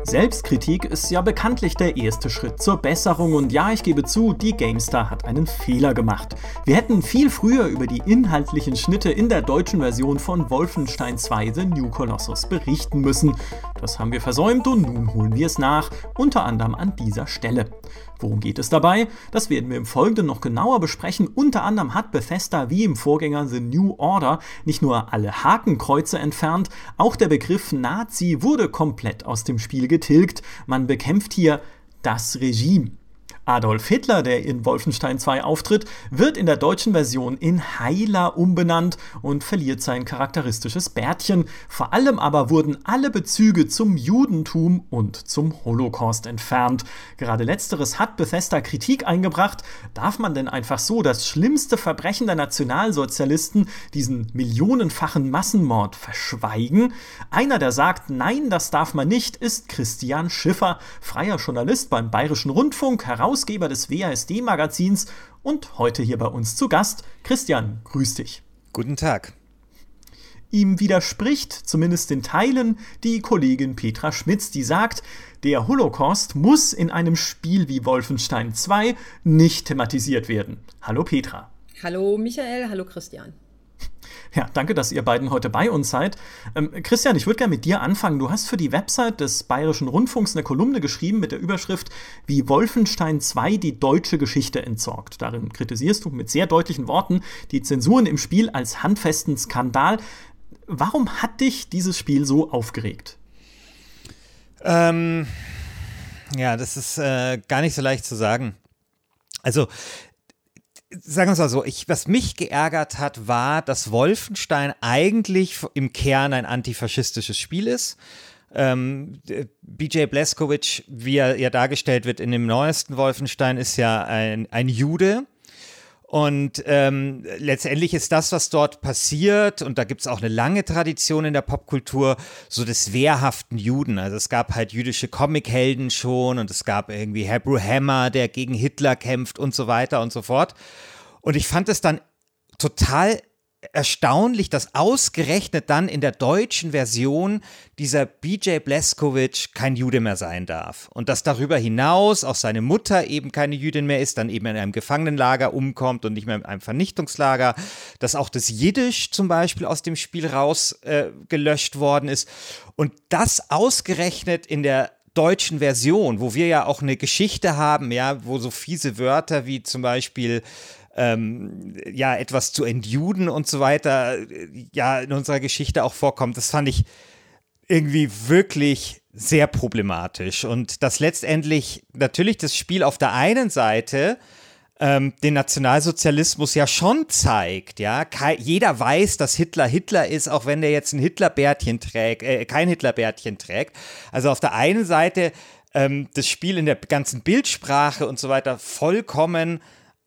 Selbstkritik ist ja bekanntlich der erste Schritt zur Besserung und ja, ich gebe zu, die GameStar hat einen Fehler gemacht. Wir hätten viel früher über die inhaltlichen Schnitte in der deutschen Version von Wolfenstein 2 The New Colossus berichten müssen. Das haben wir versäumt und nun holen wir es nach, unter anderem an dieser Stelle. Worum geht es dabei? Das werden wir im Folgenden noch genauer besprechen. Unter anderem hat Bethesda wie im Vorgänger The New Order nicht nur alle Hakenkreuze entfernt, auch der Begriff Nazi wurde komplett aus dem Spiel getilgt. Man bekämpft hier das Regime. Adolf Hitler, der in Wolfenstein 2 auftritt, wird in der deutschen Version in Heiler umbenannt und verliert sein charakteristisches Bärtchen. Vor allem aber wurden alle Bezüge zum Judentum und zum Holocaust entfernt. Gerade letzteres hat Bethesda Kritik eingebracht. Darf man denn einfach so das schlimmste Verbrechen der Nationalsozialisten, diesen millionenfachen Massenmord, verschweigen? Einer, der sagt, nein, das darf man nicht, ist Christian Schiffer, freier Journalist beim Bayerischen Rundfunk, Herausgeber des WASD-Magazins und heute hier bei uns zu Gast. Christian, grüß dich. Guten Tag. Ihm widerspricht, zumindest in Teilen, die Kollegin Petra Schmitz, die sagt, der Holocaust muss in einem Spiel wie Wolfenstein 2 nicht thematisiert werden. Hallo Petra. Hallo Michael, hallo Christian. Ja, danke, dass ihr beiden heute bei uns seid. Christian, ich würde gerne mit dir anfangen. Du hast für die Website des Bayerischen Rundfunks eine Kolumne geschrieben mit der Überschrift Wie Wolfenstein 2 die deutsche Geschichte entsorgt. Darin kritisierst du mit sehr deutlichen Worten die Zensuren im Spiel als handfesten Skandal. Warum hat dich dieses Spiel so aufgeregt? Ja, das ist gar nicht so leicht zu sagen. Also, sagen wir es mal so, was mich geärgert hat, war, dass Wolfenstein eigentlich im Kern ein antifaschistisches Spiel ist. BJ Blazkowicz, wie er ja dargestellt wird in dem neuesten Wolfenstein, ist ja ein Jude. Und letztendlich ist das, was dort passiert, und da gibt es auch eine lange Tradition in der Popkultur, so des wehrhaften Juden. Also es gab halt jüdische Comichelden schon und es gab irgendwie Hebrew Hammer, der gegen Hitler kämpft und so weiter und so fort. Und ich fand es dann total erstaunlich, dass ausgerechnet dann in der deutschen Version dieser BJ Blazkowicz kein Jude mehr sein darf. Und dass darüber hinaus auch seine Mutter eben keine Jüdin mehr ist, dann eben in einem Gefangenenlager umkommt und nicht mehr in einem Vernichtungslager. Dass auch das Jiddisch zum Beispiel aus dem Spiel rausgelöscht worden ist. Und das ausgerechnet in der deutschen Version, wo wir ja auch eine Geschichte haben, ja, wo so fiese Wörter wie zum Beispiel etwas zu entjuden und so weiter, ja, in unserer Geschichte auch vorkommt. Das fand ich irgendwie wirklich sehr problematisch. Und dass letztendlich natürlich das Spiel auf der einen Seite den Nationalsozialismus ja schon zeigt, ja. Jeder weiß, dass Hitler Hitler ist, auch wenn der jetzt ein Hitlerbärtchen trägt, kein Hitlerbärtchen trägt. Also auf der einen Seite das Spiel in der ganzen Bildsprache und so weiter vollkommen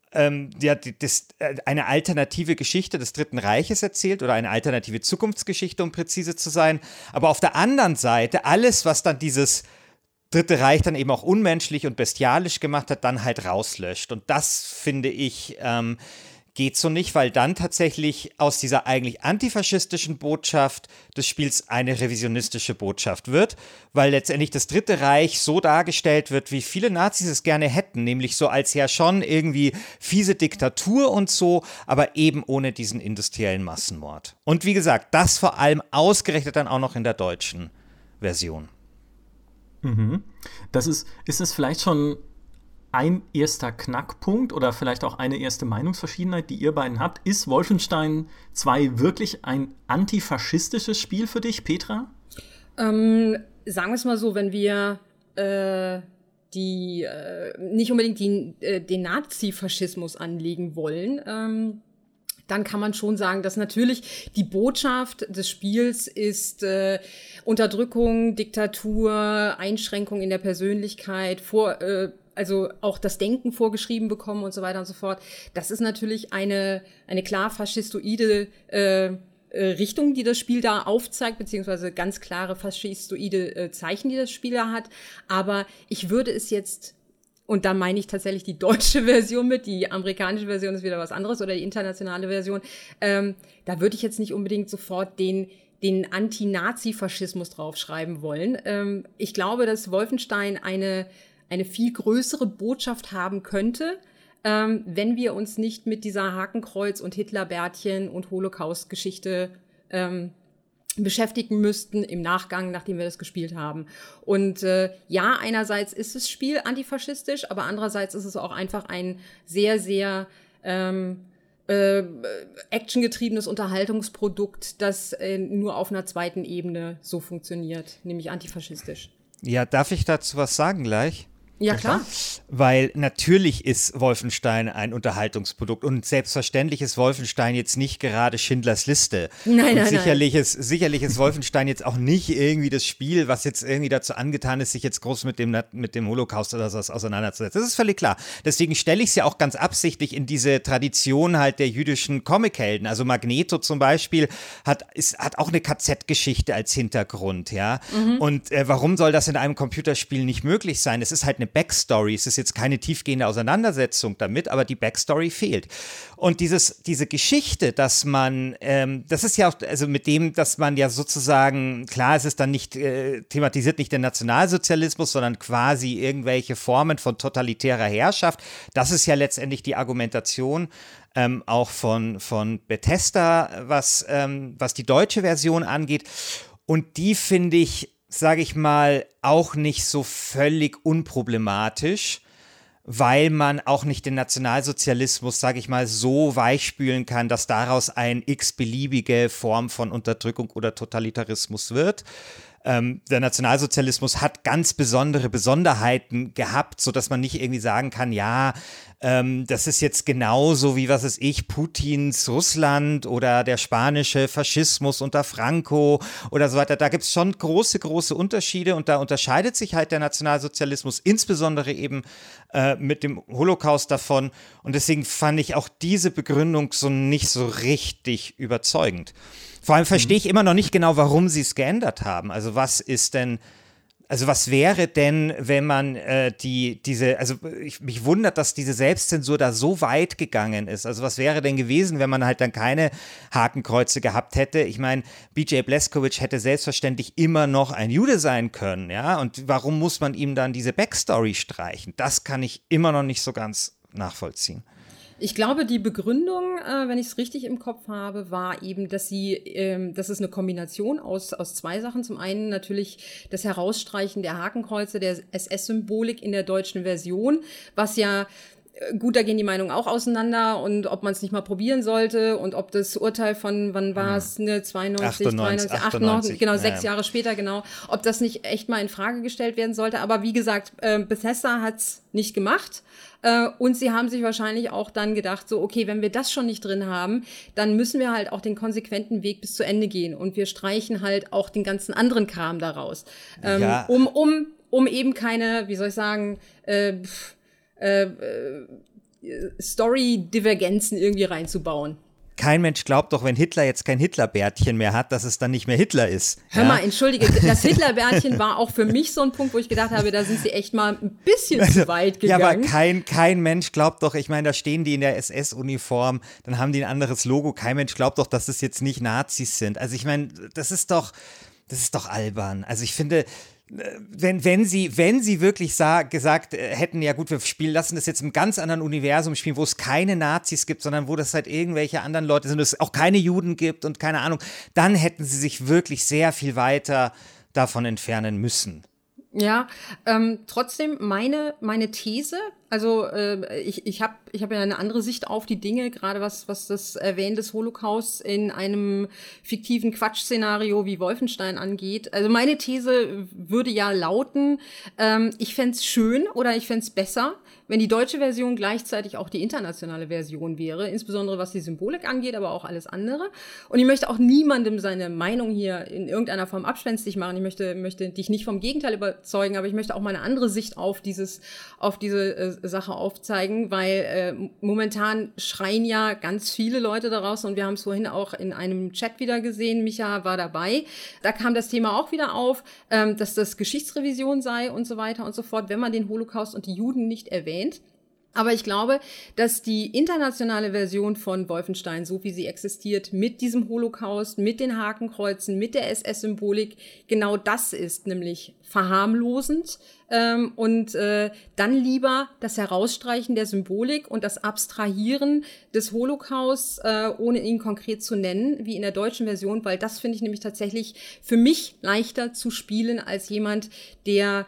eine alternative Geschichte des Dritten Reiches erzählt oder eine alternative Zukunftsgeschichte, um präzise zu sein. Aber auf der anderen Seite alles, was dann dieses Dritte Reich dann eben auch unmenschlich und bestialisch gemacht hat, dann halt rauslöscht. Und das, finde ich, geht so nicht, weil dann tatsächlich aus dieser eigentlich antifaschistischen Botschaft des Spiels eine revisionistische Botschaft wird, weil letztendlich das Dritte Reich so dargestellt wird, wie viele Nazis es gerne hätten, nämlich so als ja schon irgendwie fiese Diktatur und so, aber eben ohne diesen industriellen Massenmord. Und wie gesagt, das vor allem ausgerechnet dann auch noch in der deutschen Version. Mhm. Ist es vielleicht schon ein erster Knackpunkt oder vielleicht auch eine erste Meinungsverschiedenheit, die ihr beiden habt? Ist Wolfenstein 2 wirklich ein antifaschistisches Spiel für dich, Petra? Sagen wir es mal so, wenn wir nicht unbedingt den Nazifaschismus anlegen wollen, dann kann man schon sagen, dass natürlich die Botschaft des Spiels ist Unterdrückung, Diktatur, Einschränkung in der Persönlichkeit, also auch das Denken vorgeschrieben bekommen und so weiter und so fort. Das ist natürlich eine klar faschistoide Richtung, die das Spiel da aufzeigt, beziehungsweise ganz klare faschistoide Zeichen, die das Spiel da hat. Aber ich würde es jetzt und da meine ich tatsächlich die deutsche Version mit, die amerikanische Version ist wieder was anderes oder die internationale Version, da würde ich jetzt nicht unbedingt sofort den Anti-Nazi-Faschismus draufschreiben wollen. Ich glaube, dass Wolfenstein eine viel größere Botschaft haben könnte, wenn wir uns nicht mit dieser Hakenkreuz- und Hitlerbärtchen- und Holocaust-Geschichte beschäftigen müssten im Nachgang, nachdem wir das gespielt haben. Und ja, einerseits ist das Spiel antifaschistisch, aber andererseits ist es auch einfach ein sehr, sehr actiongetriebenes Unterhaltungsprodukt, das nur auf einer zweiten Ebene so funktioniert, nämlich antifaschistisch. Ja, darf ich dazu was sagen gleich? Ja, klar. Weil natürlich ist Wolfenstein ein Unterhaltungsprodukt und selbstverständlich ist Wolfenstein jetzt nicht gerade Schindlers Liste. Nein. Sicherlich ist Wolfenstein jetzt auch nicht irgendwie das Spiel, was jetzt irgendwie dazu angetan ist, sich jetzt groß mit dem Holocaust oder sowas auseinanderzusetzen. Das ist völlig klar. Deswegen stelle ich es ja auch ganz absichtlich in diese Tradition halt der jüdischen Comichelden. Also Magneto zum Beispiel hat auch eine KZ-Geschichte als Hintergrund, ja. Und warum soll das in einem Computerspiel nicht möglich sein? Es ist halt eine Backstory. Es ist jetzt keine tiefgehende Auseinandersetzung damit, aber die Backstory fehlt. Und diese Geschichte, dass man, das ist ja auch, also mit dem, dass man ja sozusagen, klar, es ist dann nicht, thematisiert nicht der Nationalsozialismus, sondern quasi irgendwelche Formen von totalitärer Herrschaft. Das ist ja letztendlich die Argumentation auch von Bethesda, was die deutsche Version angeht. Und die finde ich, sage ich mal, auch nicht so völlig unproblematisch, weil man auch nicht den Nationalsozialismus, sage ich mal, so weichspülen kann, dass daraus eine x-beliebige Form von Unterdrückung oder Totalitarismus wird. Der Nationalsozialismus hat ganz besondere Besonderheiten gehabt, sodass man nicht irgendwie sagen kann, ja, das ist jetzt genauso wie, was weiß ich, Putins Russland oder der spanische Faschismus unter Franco oder so weiter. Da gibt es schon große, große Unterschiede und da unterscheidet sich halt der Nationalsozialismus insbesondere eben mit dem Holocaust davon und deswegen fand ich auch diese Begründung so nicht so richtig überzeugend. Vor allem verstehe ich immer noch nicht genau, warum sie es geändert haben. Also was wäre denn, wenn man mich wundert, dass diese Selbstzensur da so weit gegangen ist. Also was wäre denn gewesen, wenn man halt dann keine Hakenkreuze gehabt hätte? Ich meine, BJ Blazkowicz hätte selbstverständlich immer noch ein Jude sein können, ja? Und warum muss man ihm dann diese Backstory streichen? Das kann ich immer noch nicht so ganz nachvollziehen. Ich glaube, die Begründung, wenn ich es richtig im Kopf habe, war eben, dass es eine Kombination aus zwei Sachen. Zum einen natürlich das Herausstreichen der Hakenkreuze, der SS-Symbolik in der deutschen Version, was ja gut, da gehen die Meinungen auch auseinander und ob man es nicht mal probieren sollte und ob das Urteil von, wann war es, 98, genau, 6 Jahre später, genau, ob das nicht echt mal in Frage gestellt werden sollte. Aber wie gesagt, Bethesda hat's nicht gemacht. Und sie haben sich wahrscheinlich auch dann gedacht, so, okay, wenn wir das schon nicht drin haben, dann müssen wir halt auch den konsequenten Weg bis zu Ende gehen. Und wir streichen halt auch den ganzen anderen Kram daraus. Um eben keine, wie soll ich sagen, Story-Divergenzen irgendwie reinzubauen. Kein Mensch glaubt doch, wenn Hitler jetzt kein Hitlerbärtchen mehr hat, dass es dann nicht mehr Hitler ist. Hör mal, entschuldige, das Hitlerbärtchen war auch für mich so ein Punkt, wo ich gedacht habe, da sind sie echt mal ein bisschen zu weit gegangen. Ja, aber kein Mensch glaubt doch, ich meine, da stehen die in der SS-Uniform, dann haben die ein anderes Logo, kein Mensch glaubt doch, dass es jetzt nicht Nazis sind. Also ich meine, das ist doch albern. Also ich finde, wenn sie wirklich gesagt hätten, ja gut, wir lassen das jetzt im ganz anderen Universum spielen, wo es keine Nazis gibt, sondern wo das halt irgendwelche anderen Leute sind, es auch keine Juden gibt und keine Ahnung, dann hätten sie sich wirklich sehr viel weiter davon entfernen müssen. Ja, trotzdem meine These, also ich hab ja eine andere Sicht auf die Dinge, gerade was das Erwähnen des Holocausts in einem fiktiven Quatschszenario wie Wolfenstein angeht. Also meine These würde ja lauten, ich fänd's schön oder ich fänd's besser, wenn die deutsche Version gleichzeitig auch die internationale Version wäre, insbesondere was die Symbolik angeht, aber auch alles andere. Und ich möchte auch niemandem seine Meinung hier in irgendeiner Form abspenstig machen. Ich möchte dich nicht vom Gegenteil überzeugen, aber ich möchte auch mal eine andere Sicht auf diese Sache aufzeigen, weil momentan schreien ja ganz viele Leute daraus und wir haben es vorhin auch in einem Chat wieder gesehen, Micha war dabei. Da kam das Thema auch wieder auf, dass das Geschichtsrevision sei und so weiter und so fort, wenn man den Holocaust und die Juden nicht erwähnt. Aber ich glaube, dass die internationale Version von Wolfenstein, so wie sie existiert, mit diesem Holocaust, mit den Hakenkreuzen, mit der SS-Symbolik, genau das ist, nämlich verharmlosend und dann lieber das Herausstreichen der Symbolik und das Abstrahieren des Holocausts, ohne ihn konkret zu nennen, wie in der deutschen Version, weil das finde ich nämlich tatsächlich für mich leichter zu spielen als jemand, der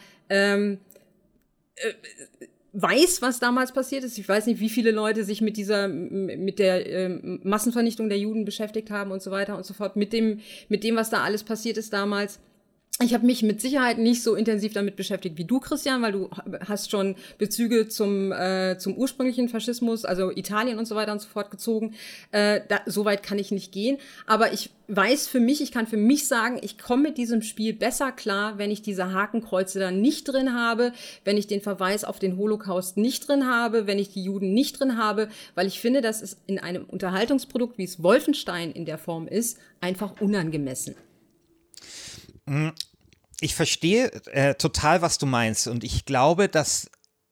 weiß, was damals passiert ist. Ich weiß nicht, wie viele Leute sich mit der Massenvernichtung der Juden beschäftigt haben und so weiter und so fort, mit dem, was da alles passiert ist damals. Ich habe mich mit Sicherheit nicht so intensiv damit beschäftigt wie du, Christian, weil du hast schon Bezüge zum ursprünglichen Faschismus, also Italien und so weiter und so fort gezogen. So weit kann ich nicht gehen. Aber ich weiß ich kann für mich sagen, ich komme mit diesem Spiel besser klar, wenn ich diese Hakenkreuze da nicht drin habe, wenn ich den Verweis auf den Holocaust nicht drin habe, wenn ich die Juden nicht drin habe, weil ich finde, das ist in einem Unterhaltungsprodukt, wie es Wolfenstein in der Form ist, einfach unangemessen. Ich verstehe total, was du meinst, und ich glaube, dass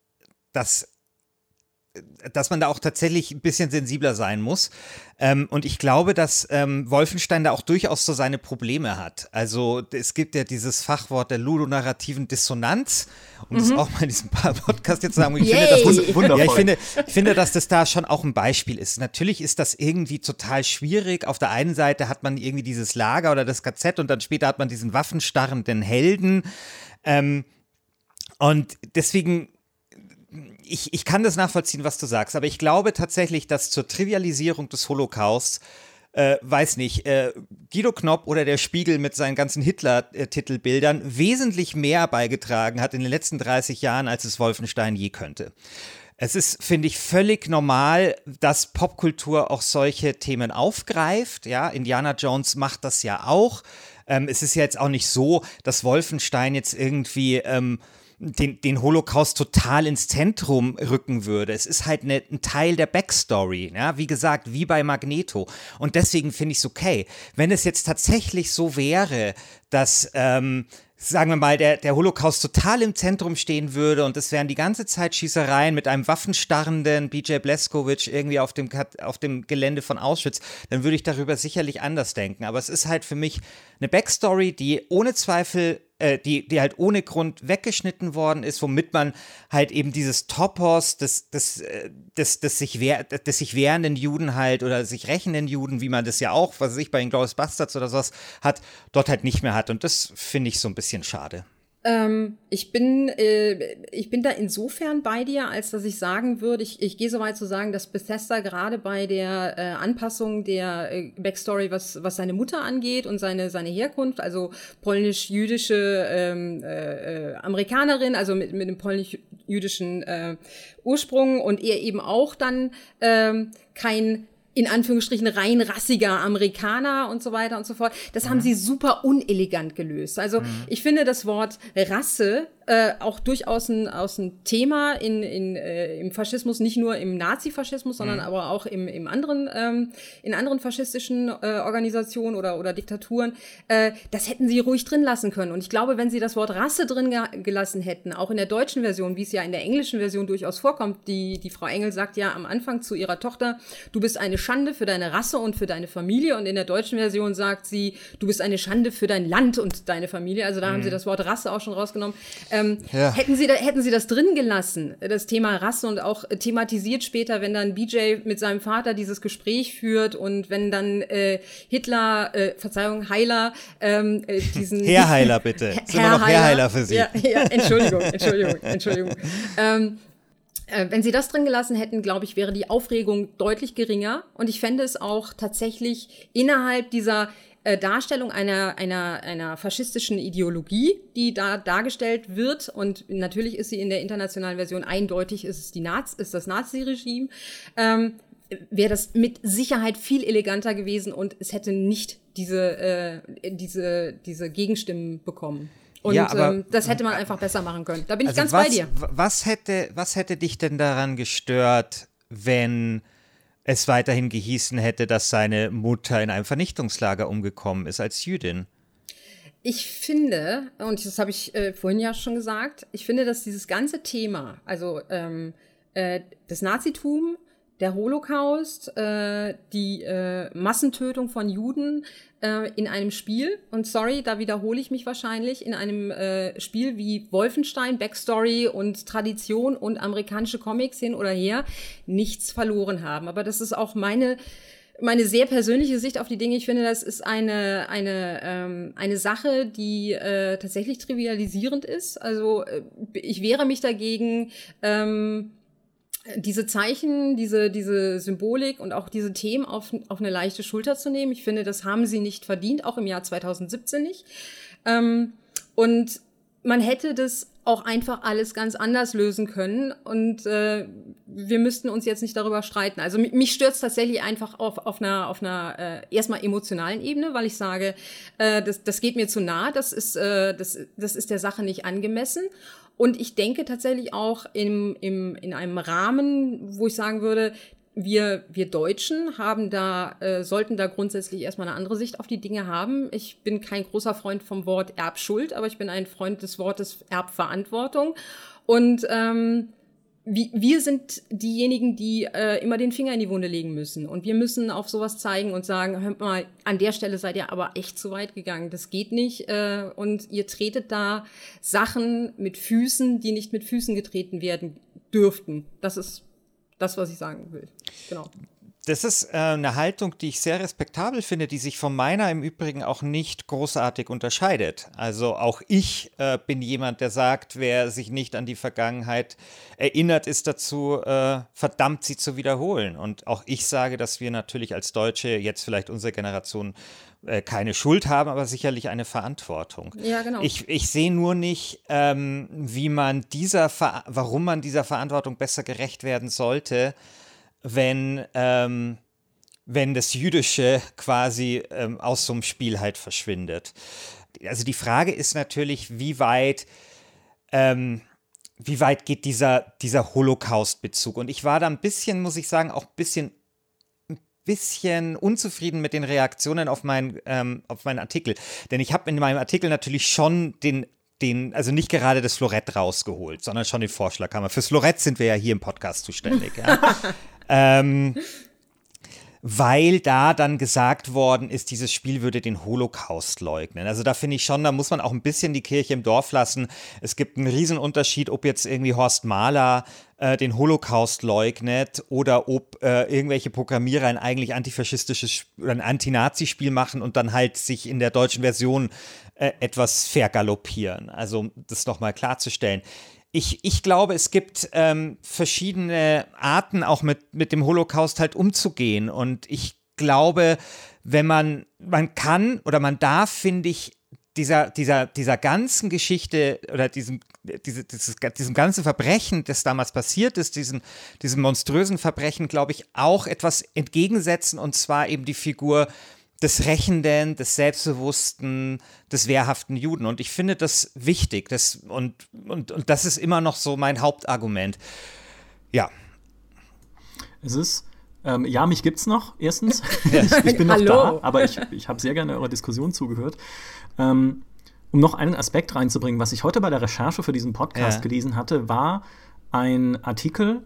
man da auch tatsächlich ein bisschen sensibler sein muss. Und ich glaube, dass Wolfenstein da auch durchaus so seine Probleme hat. Also es gibt ja dieses Fachwort der ludonarrativen Dissonanz, um das auch mal in diesem Podcast jetzt zu sagen. Ich finde, das wundervoll. Ja, ich finde, dass das da schon auch ein Beispiel ist. Natürlich ist das irgendwie total schwierig. Auf der einen Seite hat man irgendwie dieses Lager oder das KZ und dann später hat man diesen waffenstarrenden Helden. Und deswegen ich kann das nachvollziehen, was du sagst, aber ich glaube tatsächlich, dass zur Trivialisierung des Holocausts, Guido Knopp oder der Spiegel mit seinen ganzen Hitler-Titelbildern wesentlich mehr beigetragen hat in den letzten 30 Jahren, als es Wolfenstein je könnte. Es ist, finde ich, völlig normal, dass Popkultur auch solche Themen aufgreift. Ja, Indiana Jones macht das ja auch. Es ist ja jetzt auch nicht so, dass Wolfenstein jetzt irgendwie den Holocaust total ins Zentrum rücken würde. Es ist halt ein Teil der Backstory, ja, wie gesagt, wie bei Magneto. Und deswegen finde ich es okay. Wenn es jetzt tatsächlich so wäre, dass sagen wir mal, der Holocaust total im Zentrum stehen würde und es wären die ganze Zeit Schießereien mit einem waffenstarrenden BJ Blazkowicz irgendwie auf dem Gelände von Auschwitz, dann würde ich darüber sicherlich anders denken. Aber es ist halt für mich eine Backstory, die ohne Zweifel die halt ohne Grund weggeschnitten worden ist, womit man halt eben dieses Topos des sich wehrenden Juden halt oder sich rächenden Juden, wie man das ja auch, was weiß ich, bei den Inglourious Basterds oder sowas hat, dort halt nicht mehr hat. Und das finde ich so ein bisschen schade. Ich bin da insofern bei dir, als dass ich sagen würde, ich gehe so weit zu sagen, dass Bethesda gerade bei der Anpassung der Backstory, was seine Mutter angeht und seine Herkunft, also polnisch-jüdische Amerikanerin, also mit dem polnisch-jüdischen Ursprung und er eben auch dann kein in Anführungsstrichen rein rassiger Amerikaner und so weiter und so fort. Das haben sie super unelegant gelöst. Also ich finde das Wort Rasse auch durchaus ein Thema im Faschismus, nicht nur im Nazifaschismus, sondern aber auch in anderen faschistischen Organisationen oder Diktaturen. Das hätten sie ruhig drin lassen können. Und ich glaube, wenn sie das Wort Rasse drin gelassen hätten, auch in der deutschen Version, wie es ja in der englischen Version durchaus vorkommt, die Frau Engel sagt ja am Anfang zu ihrer Tochter, du bist eine Schande für deine Rasse und für deine Familie. Und in der deutschen Version sagt sie, du bist eine Schande für dein Land und deine Familie. Also da haben sie das Wort Rasse auch schon rausgenommen. Hätten sie das drin gelassen, das Thema Rasse, und auch thematisiert später, wenn dann BJ mit seinem Vater dieses Gespräch führt und wenn dann Heiler, diesen... Herr Heiler, bitte. Sind wir noch Herr Heiler für Sie? Ja, Entschuldigung. Wenn sie das drin gelassen hätten, glaube ich, wäre die Aufregung deutlich geringer. Und ich fände es auch tatsächlich innerhalb dieser Darstellung einer faschistischen Ideologie, die da dargestellt wird, und natürlich ist sie in der internationalen Version eindeutig, ist das Nazi-Regime, wäre das mit Sicherheit viel eleganter gewesen und es hätte nicht diese Gegenstimmen bekommen. Und ja, aber, das hätte man einfach besser machen können. Da bin ich ganz bei dir. Was hätte dich denn daran gestört, wenn es weiterhin gehießen hätte, dass seine Mutter in einem Vernichtungslager umgekommen ist als Jüdin? Ich finde, und das habe ich vorhin ja schon gesagt, ich finde, dass dieses ganze Thema, also das Nazitum, der Holocaust, die Massentötung von Juden in einem Spiel, und sorry, da wiederhole ich mich wahrscheinlich, in einem Spiel wie Wolfenstein, Backstory und Tradition und amerikanische Comics hin oder her, nichts verloren haben. Aber das ist auch meine sehr persönliche Sicht auf die Dinge. Ich finde, das ist eine Sache, die tatsächlich trivialisierend ist. Also ich wehre mich dagegen, diese Zeichen, diese Symbolik und auch diese Themen auf eine leichte Schulter zu nehmen. Ich finde, das haben sie nicht verdient, auch im Jahr 2017 nicht. Und man hätte das auch einfach alles ganz anders lösen können und wir müssten uns jetzt nicht darüber streiten. Also mich stört es tatsächlich einfach auf einer erstmal emotionalen Ebene, weil ich sage, das geht mir zu nah, das ist der Sache nicht angemessen. Und ich denke tatsächlich auch in einem Rahmen, wo ich sagen würde, wir Deutschen sollten da grundsätzlich erstmal eine andere Sicht auf die Dinge haben. Ich bin kein großer Freund vom Wort Erbschuld, aber ich bin ein Freund des Wortes Erbverantwortung. Und wir sind diejenigen, die immer den Finger in die Wunde legen müssen. Und wir müssen auf sowas zeigen und sagen, hört mal, an der Stelle seid ihr aber echt zu weit gegangen. Das geht nicht. Und ihr tretet da Sachen mit Füßen, die nicht mit Füßen getreten werden dürften. Das ist das, was ich sagen will. Genau. Das ist eine Haltung, die ich sehr respektabel finde, die sich von meiner im Übrigen auch nicht großartig unterscheidet. Also auch ich bin jemand, der sagt, wer sich nicht an die Vergangenheit erinnert, ist dazu verdammt, sie zu wiederholen. Und auch ich sage, dass wir natürlich als Deutsche, jetzt vielleicht unsere Generation, keine Schuld haben, aber sicherlich eine Verantwortung. Ja, genau. Ich sehe nur nicht, warum man dieser Verantwortung besser gerecht werden sollte, wenn das Jüdische quasi aus so einem Spiel halt verschwindet. Also die Frage ist natürlich, wie weit geht dieser Holocaust-Bezug? Und ich war da ein bisschen, muss ich sagen, auch ein bisschen unzufrieden mit den Reaktionen auf meinen Artikel. Denn ich habe in meinem Artikel natürlich schon also nicht gerade das Florett rausgeholt, sondern schon den Vorschlaghammer. Fürs Florett sind wir ja hier im Podcast zuständig. Ja. Weil da dann gesagt worden ist, dieses Spiel würde den Holocaust leugnen. Also da finde ich schon, da muss man auch ein bisschen die Kirche im Dorf lassen. Es gibt einen Riesenunterschied, ob jetzt irgendwie Horst Mahler den Holocaust leugnet oder ob irgendwelche Programmierer ein eigentlich antifaschistisches oder ein Anti-Nazi-Spiel machen und dann halt sich in der deutschen Version etwas vergaloppieren. Also das nochmal klarzustellen. Ich glaube, es gibt verschiedene Arten, auch mit dem Holocaust halt umzugehen. Und ich glaube, wenn man darf, finde ich, dieser ganzen Geschichte oder diesem ganzen Verbrechen, das damals passiert ist, diesem monströsen Verbrechen, glaube ich, auch etwas entgegensetzen, und zwar eben die Figur des rächenden, des selbstbewussten, des wehrhaften Juden. Und ich finde das wichtig. Und das ist immer noch so mein Hauptargument. Ja. Es ist, mich gibt's noch, erstens. Ich bin noch da, aber ich habe sehr gerne eurer Diskussion zugehört. Um noch einen Aspekt reinzubringen, was ich heute bei der Recherche für diesen Podcast gelesen hatte, war ein Artikel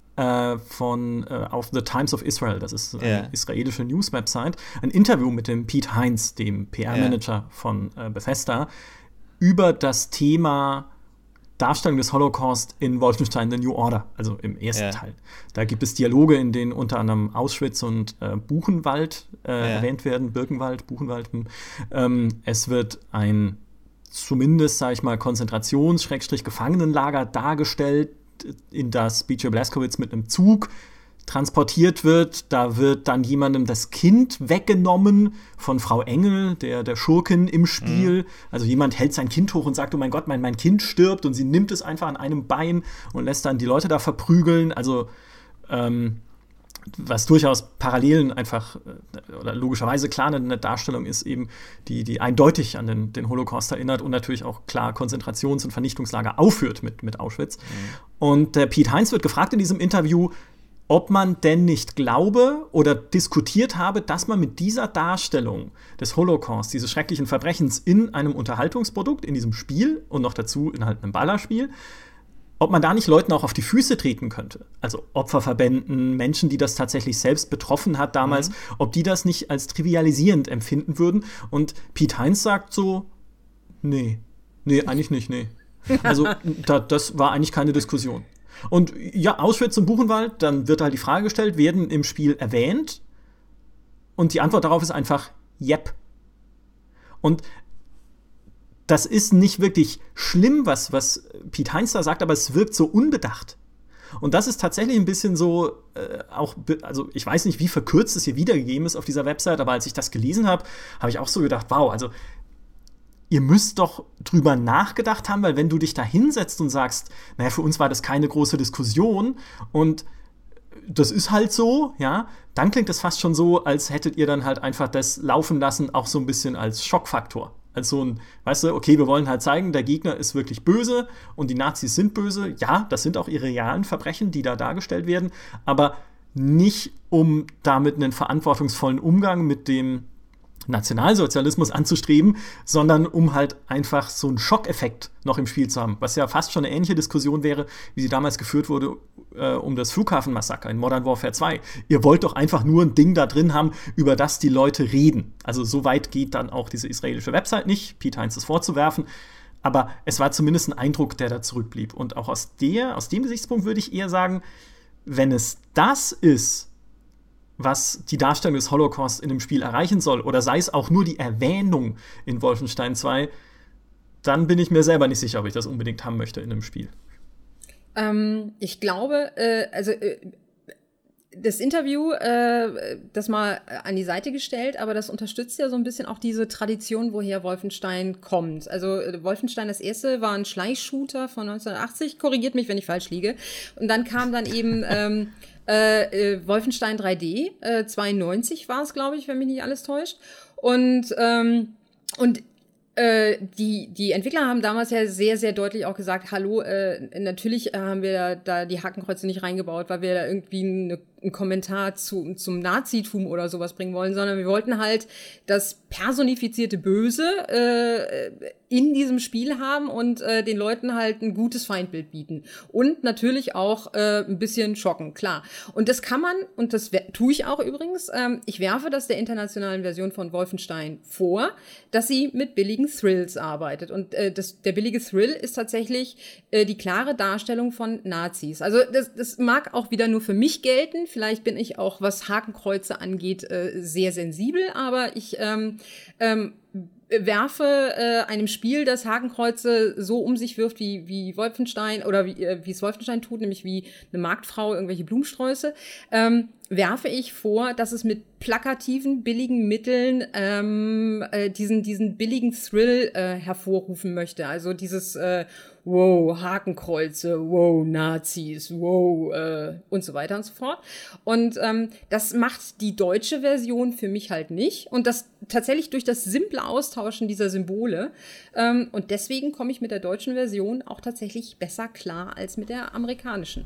auf The Times of Israel, das ist eine israelische News-Website, ein Interview mit dem Pete Heinz, dem PR-Manager von Bethesda, über das Thema Darstellung des Holocaust in Wolfenstein The New Order, also im ersten Teil. Da gibt es Dialoge, in denen unter anderem Auschwitz und Buchenwald erwähnt werden, Birkenwald, Buchenwald. Es wird ein zumindest, sage ich mal, Konzentrations-Gefangenenlager dargestellt, in das B.J. Blazkowicz mit einem Zug transportiert wird. Da wird dann jemandem das Kind weggenommen von Frau Engel, der Schurkin im Spiel. Also jemand hält sein Kind hoch und sagt, oh mein Gott, mein Kind stirbt, und sie nimmt es einfach an einem Bein und lässt dann die Leute da verprügeln. Also was durchaus Parallelen einfach oder logischerweise klar eine Darstellung ist, eben die eindeutig an den Holocaust erinnert und natürlich auch klar Konzentrations- und Vernichtungslager aufführt mit Auschwitz. Und der Pete Heinz wird gefragt in diesem Interview, ob man denn nicht glaube oder diskutiert habe, dass man mit dieser Darstellung des Holocaust, dieses schrecklichen Verbrechens in einem Unterhaltungsprodukt, in diesem Spiel und noch dazu in halt einem Ballerspiel, ob man da nicht Leuten auch auf die Füße treten könnte. Also Opferverbänden, Menschen, die das tatsächlich selbst betroffen hat damals, ob die das nicht als trivialisierend empfinden würden. Und Piet Heinz sagt so, nee, eigentlich nicht, nee. Also das war eigentlich keine Diskussion. Und ja, Auschwitz und Buchenwald, dann wird halt die Frage gestellt, werden im Spiel erwähnt? Und die Antwort darauf ist einfach, yep. Und das ist nicht wirklich schlimm, was Piet Heinz da sagt, aber es wirkt so unbedacht. Und das ist tatsächlich ein bisschen so, also ich weiß nicht, wie verkürzt es hier wiedergegeben ist auf dieser Website, aber als ich das gelesen habe, habe ich auch so gedacht, wow, also ihr müsst doch drüber nachgedacht haben, weil wenn du dich da hinsetzt und sagst, naja, für uns war das keine große Diskussion und das ist halt so, ja, dann klingt das fast schon so, als hättet ihr dann halt einfach das laufen lassen, auch so ein bisschen als Schockfaktor. Als so ein, weißt du, okay, wir wollen halt zeigen, der Gegner ist wirklich böse und die Nazis sind böse. Ja, das sind auch ihre realen Verbrechen, die da dargestellt werden, aber nicht, um damit einen verantwortungsvollen Umgang mit dem Nationalsozialismus anzustreben, sondern um halt einfach so einen Schockeffekt noch im Spiel zu haben, was ja fast schon eine ähnliche Diskussion wäre, wie sie damals geführt wurde um das Flughafenmassaker in Modern Warfare 2. Ihr wollt doch einfach nur ein Ding da drin haben, über das die Leute reden. Also so weit geht dann auch diese israelische Website nicht, Piet Heinz das vorzuwerfen, aber es war zumindest ein Eindruck, der da zurückblieb. Und auch aus dem Gesichtspunkt würde ich eher sagen, wenn es das ist, was die Darstellung des Holocaust in dem Spiel erreichen soll, oder sei es auch nur die Erwähnung in Wolfenstein 2, dann bin ich mir selber nicht sicher, ob ich das unbedingt haben möchte in einem Spiel. Ich glaube, das Interview, das mal an die Seite gestellt, aber das unterstützt ja so ein bisschen auch diese Tradition, woher Wolfenstein kommt. Also Wolfenstein, das erste, war ein Schleichshooter von 1980, korrigiert mich, wenn ich falsch liege. Und dann kam dann eben Wolfenstein 3D, 92 war es, glaube ich, wenn mich nicht alles täuscht. Und die Entwickler haben damals ja sehr, sehr deutlich auch gesagt, hallo, natürlich haben wir da die Hakenkreuze nicht reingebaut, weil wir da irgendwie einen Kommentar zum Nazitum oder sowas bringen wollen, sondern wir wollten halt das personifizierte Böse in diesem Spiel haben und den Leuten halt ein gutes Feindbild bieten. Und natürlich auch ein bisschen schocken, klar. Und das kann man, und das tue ich auch übrigens, ich werfe das der internationalen Version von Wolfenstein vor, dass sie mit billigen Thrills arbeitet. Und der billige Thrill ist tatsächlich die klare Darstellung von Nazis. Also das mag auch wieder nur für mich gelten. Vielleicht bin ich auch, was Hakenkreuze angeht, sehr sensibel, aber ich werfe einem Spiel, das Hakenkreuze so um sich wirft wie Wolfenstein oder wie es Wolfenstein tut, nämlich wie eine Marktfrau irgendwelche Blumensträuße, werfe ich vor, dass es mit plakativen, billigen Mitteln diesen billigen Thrill hervorrufen möchte. Also dieses wow, Hakenkreuze, wow, Nazis, wow, und so weiter und so fort. Und das macht die deutsche Version für mich halt nicht. Und das tatsächlich durch das simple Austauschen dieser Symbole. Und deswegen komme ich mit der deutschen Version auch tatsächlich besser klar als mit der amerikanischen.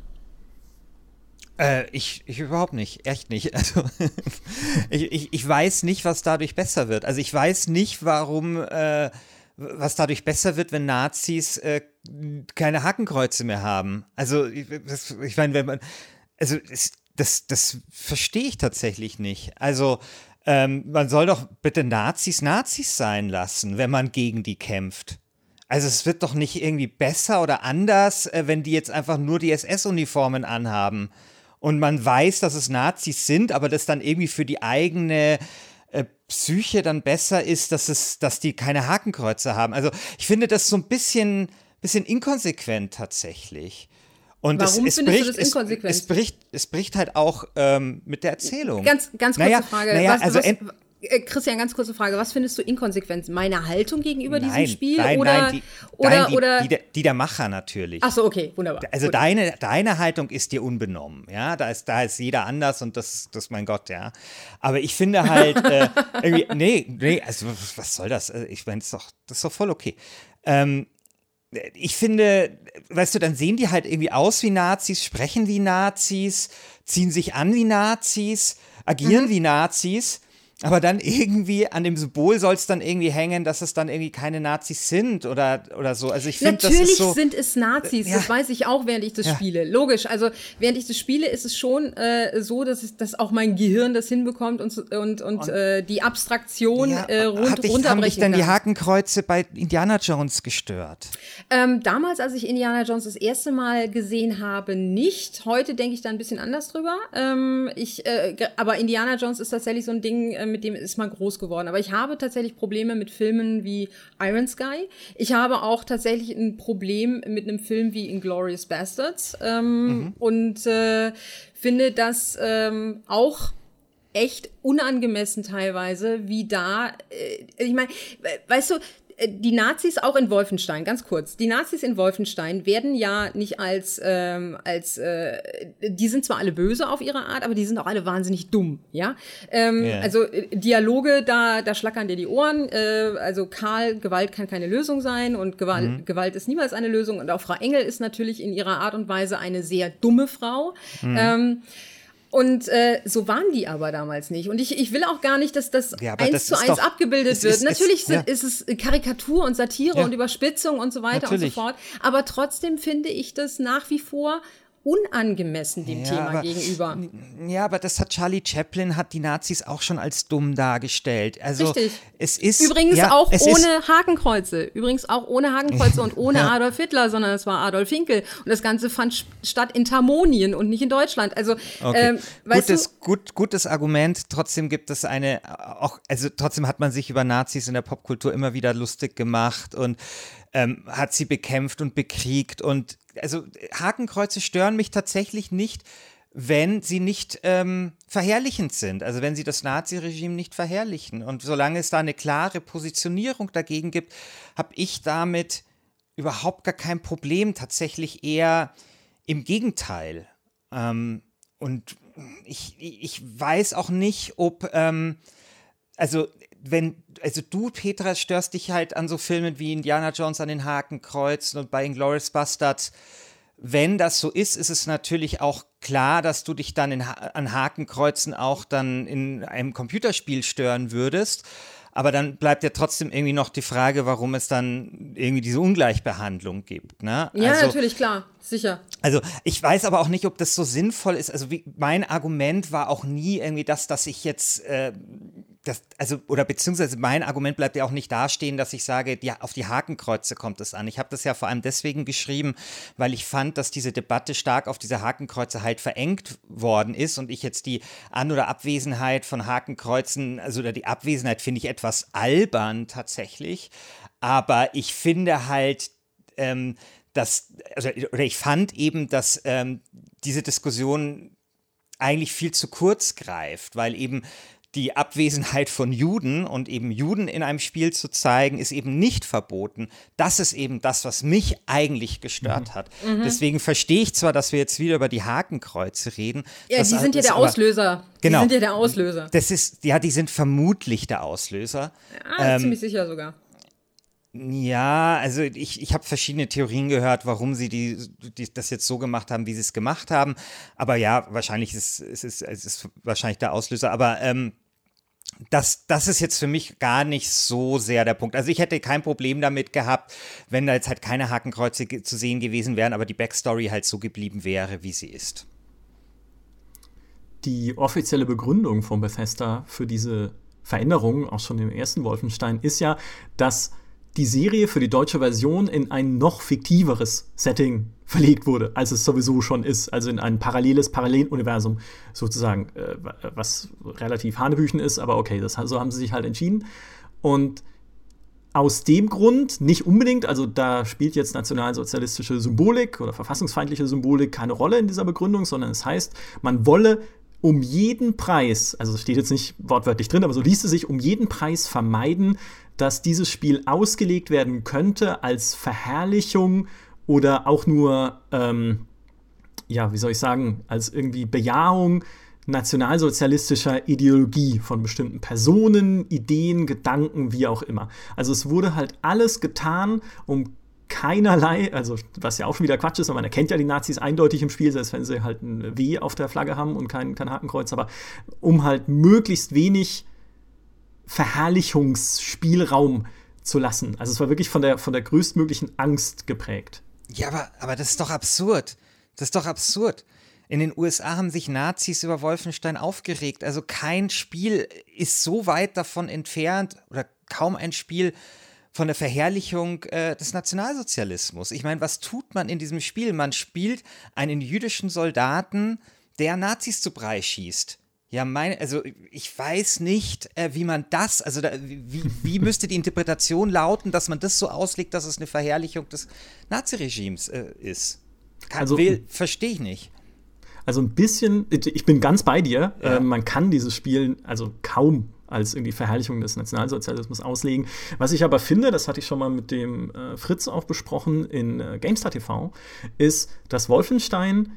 Ich überhaupt nicht, echt nicht. Also ich weiß nicht, was dadurch besser wird. Also ich weiß nicht, warum, was dadurch besser wird, wenn Nazis keine Hakenkreuze mehr haben. Also ich meine, wenn man, also das verstehe ich tatsächlich nicht. Also man soll doch bitte Nazis sein lassen, wenn man gegen die kämpft. Also es wird doch nicht irgendwie besser oder anders, wenn die jetzt einfach nur die SS-Uniformen anhaben. Und man weiß, dass es Nazis sind, aber das dann irgendwie für die eigene Psyche dann besser ist, dass die keine Hakenkreuze haben. Also ich finde das so ein bisschen inkonsequent tatsächlich. Und warum findest du das inkonsequent? Es bricht halt auch mit der Erzählung. Ganz kurze Frage. Christian, ganz kurze Frage. Was findest du inkonsequent? Meine Haltung gegenüber diesem Spiel? Die der Macher natürlich. Ach so, okay, wunderbar. Also deine Haltung ist dir unbenommen, ja. Da ist jeder anders und das mein Gott, ja. Aber ich finde halt, irgendwie, nee, also was soll das? Ich meine, das ist doch voll okay. ich finde, weißt du, dann sehen die halt irgendwie aus wie Nazis, sprechen wie Nazis, ziehen sich an wie Nazis, agieren wie Nazis. Aber dann irgendwie an dem Symbol soll es dann irgendwie hängen, dass es dann irgendwie keine Nazis sind oder so. Also ich finde, das ist so. Natürlich sind es Nazis, das weiß ich auch, während ich das spiele. Logisch, also während ich das spiele, ist es schon so, dass auch mein Gehirn das hinbekommt und die Abstraktion runterbrechen haben dich denn die Hakenkreuze bei Indiana Jones gestört? Damals, als ich Indiana Jones das erste Mal gesehen habe, nicht. Heute denke ich da ein bisschen anders drüber. Aber Indiana Jones ist tatsächlich so ein Ding, mit dem ist man groß geworden. Aber ich habe tatsächlich Probleme mit Filmen wie Iron Sky. Ich habe auch tatsächlich ein Problem mit einem Film wie Inglourious Basterds. Und finde das auch echt unangemessen teilweise, wie da, ich meine, weißt du, die Nazis auch in Wolfenstein, ganz kurz, die Nazis in Wolfenstein werden ja nicht die sind zwar alle böse auf ihre Art, aber die sind auch alle wahnsinnig dumm, ja. Also Dialoge, da schlackern dir die Ohren, also Karl, Gewalt kann keine Lösung sein und Gewalt ist niemals eine Lösung und auch Frau Engel ist natürlich in ihrer Art und Weise eine sehr dumme Frau. Und so waren die aber damals nicht. Und ich will auch gar nicht, dass das 1:1 abgebildet wird. Natürlich ist es Karikatur und Satire und Überspitzung und so weiter und so fort. Aber trotzdem finde ich das nach wie vor unangemessen dem Thema gegenüber. Ja, aber hat die Nazis auch schon als dumm dargestellt. Also richtig. Es ist übrigens auch ohne Hakenkreuze. Übrigens auch ohne Hakenkreuze und ohne Adolf Hitler, sondern es war Adolf Hinkel. Und das Ganze fand statt in Tamonien und nicht in Deutschland. Also gutes Argument. Trotzdem gibt es trotzdem hat man sich über Nazis in der Popkultur immer wieder lustig gemacht und hat sie bekämpft und bekriegt. Und also Hakenkreuze stören mich tatsächlich nicht, wenn sie nicht verherrlichend sind, also wenn sie das Naziregime nicht verherrlichen. Und solange es da eine klare Positionierung dagegen gibt, habe ich damit überhaupt gar kein Problem, tatsächlich eher im Gegenteil. Und ich weiß auch nicht, ob, du, Petra, störst dich halt an so Filmen wie Indiana Jones an den Hakenkreuzen und bei Inglourious Basterds. Wenn das so ist, ist es natürlich auch klar, dass du dich dann an Hakenkreuzen auch dann in einem Computerspiel stören würdest. Aber dann bleibt ja trotzdem irgendwie noch die Frage, warum es dann irgendwie diese Ungleichbehandlung gibt. Ne? Ja, natürlich, klar, sicher. Also ich weiß aber auch nicht, ob das so sinnvoll ist. Also mein Argument war auch nie irgendwie das, dass ich jetzt beziehungsweise mein Argument bleibt ja auch nicht dastehen, dass ich sage, auf die Hakenkreuze kommt es an. Ich habe das ja vor allem deswegen geschrieben, weil ich fand, dass diese Debatte stark auf diese Hakenkreuze halt verengt worden ist und ich jetzt die An- oder Abwesenheit von Hakenkreuzen, oder die Abwesenheit finde ich etwas albern tatsächlich, aber ich finde halt, ich fand eben, dass diese Diskussion eigentlich viel zu kurz greift, weil eben die Abwesenheit von Juden und eben Juden in einem Spiel zu zeigen, ist eben nicht verboten. Das ist eben das, was mich eigentlich gestört hat. Deswegen verstehe ich zwar, dass wir jetzt wieder über die Hakenkreuze reden. Ja, die sind ja der Auslöser. Genau. Die sind ja der Auslöser. Die sind vermutlich der Auslöser. Ja, ziemlich sicher sogar. Ja, also ich habe verschiedene Theorien gehört, warum sie das jetzt so gemacht haben, wie sie es gemacht haben. Aber ja, wahrscheinlich ist es wahrscheinlich der Auslöser. Aber das ist jetzt für mich gar nicht so sehr der Punkt. Also ich hätte kein Problem damit gehabt, wenn da jetzt halt keine Hakenkreuze zu sehen gewesen wären, aber die Backstory halt so geblieben wäre, wie sie ist. Die offizielle Begründung von Bethesda für diese Veränderung, auch schon im ersten Wolfenstein, ist ja, dass die Serie für die deutsche Version in ein noch fiktiveres Setting verlegt wurde, als es sowieso schon ist, also in ein Paralleluniversum sozusagen, was relativ hanebüchen ist, aber okay, so haben sie sich halt entschieden. Und aus dem Grund, nicht unbedingt, also da spielt jetzt nationalsozialistische Symbolik oder verfassungsfeindliche Symbolik keine Rolle in dieser Begründung, sondern es heißt, man wolle um jeden Preis, also es steht jetzt nicht wortwörtlich drin, aber so liest es sich, um jeden Preis vermeiden, dass dieses Spiel ausgelegt werden könnte als Verherrlichung oder auch nur, als irgendwie Bejahung nationalsozialistischer Ideologie von bestimmten Personen, Ideen, Gedanken, wie auch immer. Also es wurde halt alles getan, um keinerlei, also was ja auch schon wieder Quatsch ist, aber man erkennt ja die Nazis eindeutig im Spiel, selbst wenn sie halt ein W auf der Flagge haben und kein Hakenkreuz, aber um halt möglichst wenig Verherrlichungsspielraum zu lassen. Also es war wirklich von der größtmöglichen Angst geprägt. Ja, aber das ist doch absurd. Das ist doch absurd. In den USA haben sich Nazis über Wolfenstein aufgeregt. Also kein Spiel ist so weit davon entfernt oder kaum ein Spiel von der Verherrlichung des Nationalsozialismus. Ich meine, was tut man in diesem Spiel? Man spielt einen jüdischen Soldaten, der Nazis zu Brei schießt. Ja, also ich weiß nicht, wie man das, also wie müsste die Interpretation lauten, dass man das so auslegt, dass es eine Verherrlichung des Naziregimes ist. Verstehe ich nicht. Also ein bisschen, ich bin ganz bei dir, Ja. Man kann dieses Spiel also kaum als irgendwie Verherrlichung des Nationalsozialismus auslegen. Was ich aber finde, das hatte ich schon mal mit dem Fritz auch besprochen in GameStar TV, ist, dass Wolfenstein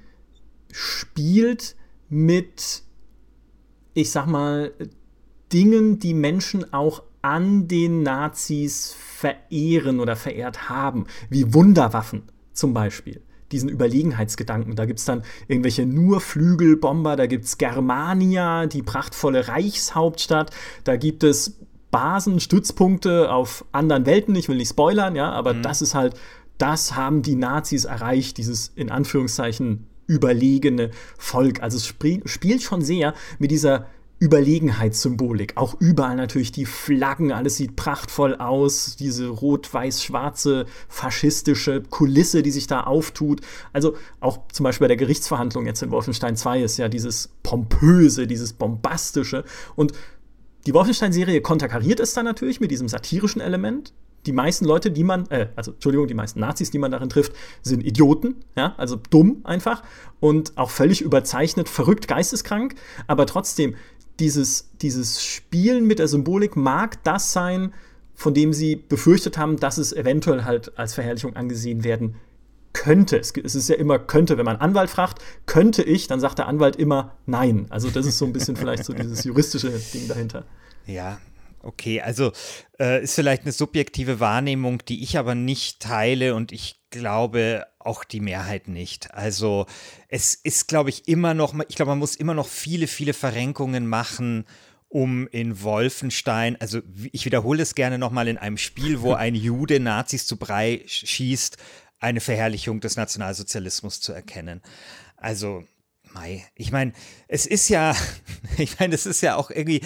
spielt mit, ich sag mal, Dingen, die Menschen auch an den Nazis verehren oder verehrt haben, wie Wunderwaffen zum Beispiel. Diesen Überlegenheitsgedanken. Da gibt es dann irgendwelche nur Flügelbomber, da gibt es Germania, die prachtvolle Reichshauptstadt, da gibt es Basen, Stützpunkte auf anderen Welten, ich will nicht spoilern, ja, aber das ist halt, das haben die Nazis erreicht, dieses in Anführungszeichen überlegene Volk. Also es spielt schon sehr mit dieser Überlegenheitssymbolik. Auch überall natürlich die Flaggen, alles sieht prachtvoll aus, diese rot-weiß-schwarze faschistische Kulisse, die sich da auftut. Also auch zum Beispiel bei der Gerichtsverhandlung jetzt in Wolfenstein 2 ist ja dieses Pompöse, dieses Bombastische. Und die Wolfenstein-Serie konterkariert es dann natürlich mit diesem satirischen Element. Die meisten Leute, die meisten Nazis, die man darin trifft, sind Idioten, ja, also dumm einfach und auch völlig überzeichnet, verrückt, geisteskrank, aber trotzdem, dieses Spielen mit der Symbolik mag das sein, von dem sie befürchtet haben, dass es eventuell halt als Verherrlichung angesehen werden könnte. Es ist ja immer könnte, wenn man Anwalt fragt, könnte ich, dann sagt der Anwalt immer nein. Also das ist so ein bisschen vielleicht so dieses juristische Ding dahinter. Ja, okay, also ist vielleicht eine subjektive Wahrnehmung, die ich aber nicht teile und ich glaube auch die Mehrheit nicht. Also es ist, glaube ich, man muss immer noch viele, viele Verrenkungen machen, um in Wolfenstein, also ich wiederhole es gerne nochmal, in einem Spiel, wo ein Jude Nazis zu Brei schießt, eine Verherrlichung des Nationalsozialismus zu erkennen. Also ich meine, es ist ja auch irgendwie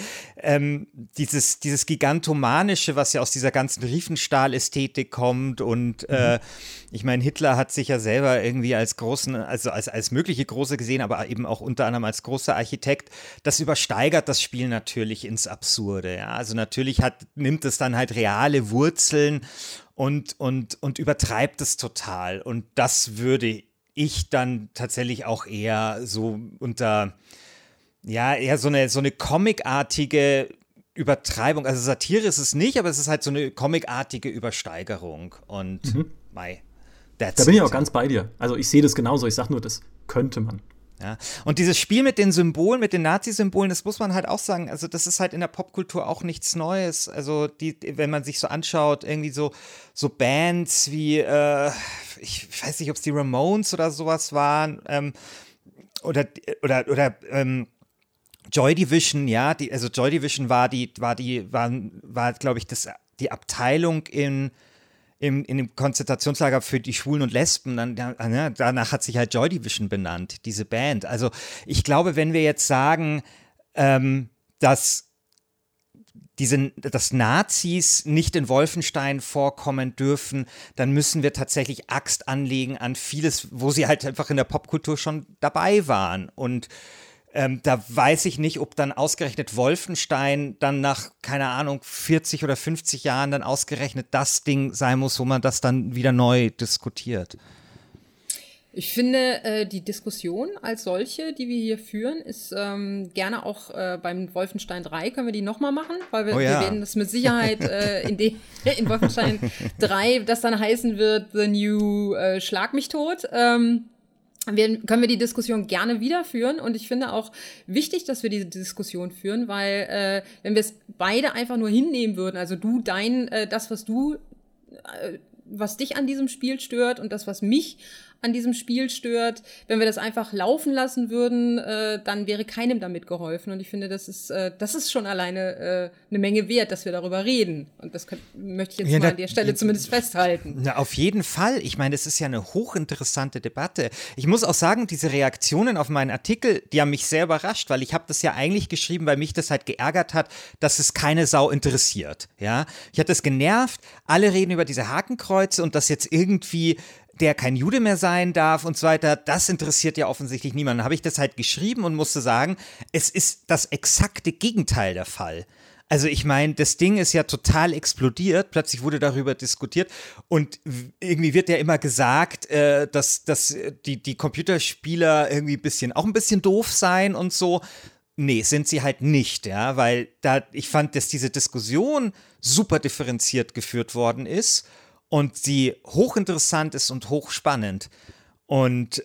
dieses Gigantomanische, was ja aus dieser ganzen Riefenstahl-Ästhetik kommt und ich meine, Hitler hat sich ja selber irgendwie als großen, also als mögliche Große gesehen, aber eben auch unter anderem als großer Architekt. Das übersteigert das Spiel natürlich ins Absurde, ja. Also natürlich nimmt es dann halt reale Wurzeln und übertreibt es total und das würde ich dann tatsächlich auch eher so eher so eine comicartige Übertreibung, also Satire ist es nicht, aber es ist halt so eine comicartige Übersteigerung und da bin ich auch ganz bei dir. Also ich sehe das genauso, ich sage nur, das könnte man. Ja. Und dieses Spiel mit den Symbolen, mit den Nazi-Symbolen, das muss man halt auch sagen, also das ist halt in der Popkultur auch nichts Neues. Also wenn man sich so anschaut, irgendwie so Bands wie, ich weiß nicht, ob es die Ramones oder sowas waren, oder Joy Division, ja, also Joy Division war glaube ich, die Abteilung in dem Konzentrationslager für die Schwulen und Lesben, danach hat sich halt Joy Division benannt, diese Band. Also ich glaube, wenn wir jetzt sagen, dass Nazis nicht in Wolfenstein vorkommen dürfen, dann müssen wir tatsächlich Axt anlegen an vieles, wo sie halt einfach in der Popkultur schon dabei waren. Und da weiß ich nicht, ob dann ausgerechnet Wolfenstein dann nach, keine Ahnung, 40 oder 50 Jahren dann ausgerechnet das Ding sein muss, wo man das dann wieder neu diskutiert. Ich finde, die Diskussion als solche, die wir hier führen, ist gerne auch beim Wolfenstein 3, können wir die nochmal machen, weil wir werden das mit Sicherheit in Wolfenstein 3, das dann heißen wird, The New Schlag mich tot, können wir die Diskussion gerne wieder führen und ich finde auch wichtig, dass wir diese Diskussion führen, weil wenn wir es beide einfach nur hinnehmen würden, also du das, was du was dich an diesem Spiel stört und das, was mich an diesem Spiel stört. Wenn wir das einfach laufen lassen würden, dann wäre keinem damit geholfen. Und ich finde, das ist schon alleine eine Menge wert, dass wir darüber reden. Und das möchte ich jetzt mal an der Stelle zumindest festhalten. Na, auf jeden Fall. Ich meine, es ist ja eine hochinteressante Debatte. Ich muss auch sagen, diese Reaktionen auf meinen Artikel, die haben mich sehr überrascht, weil ich habe das ja eigentlich geschrieben, weil mich das halt geärgert hat, dass es keine Sau interessiert. Ja, ich hatte es genervt. Alle reden über diese Hakenkreuze und dass jetzt irgendwie der kein Jude mehr sein darf und so weiter, das interessiert ja offensichtlich niemanden. Dann habe ich das halt geschrieben und musste sagen, es ist das exakte Gegenteil der Fall. Also ich meine, das Ding ist ja total explodiert, plötzlich wurde darüber diskutiert und irgendwie wird ja immer gesagt, dass die Computerspieler irgendwie auch ein bisschen doof seien und so. Nee, sind sie halt nicht, ja, weil ich fand, dass diese Diskussion super differenziert geführt worden ist und sie hochinteressant ist und hochspannend. Und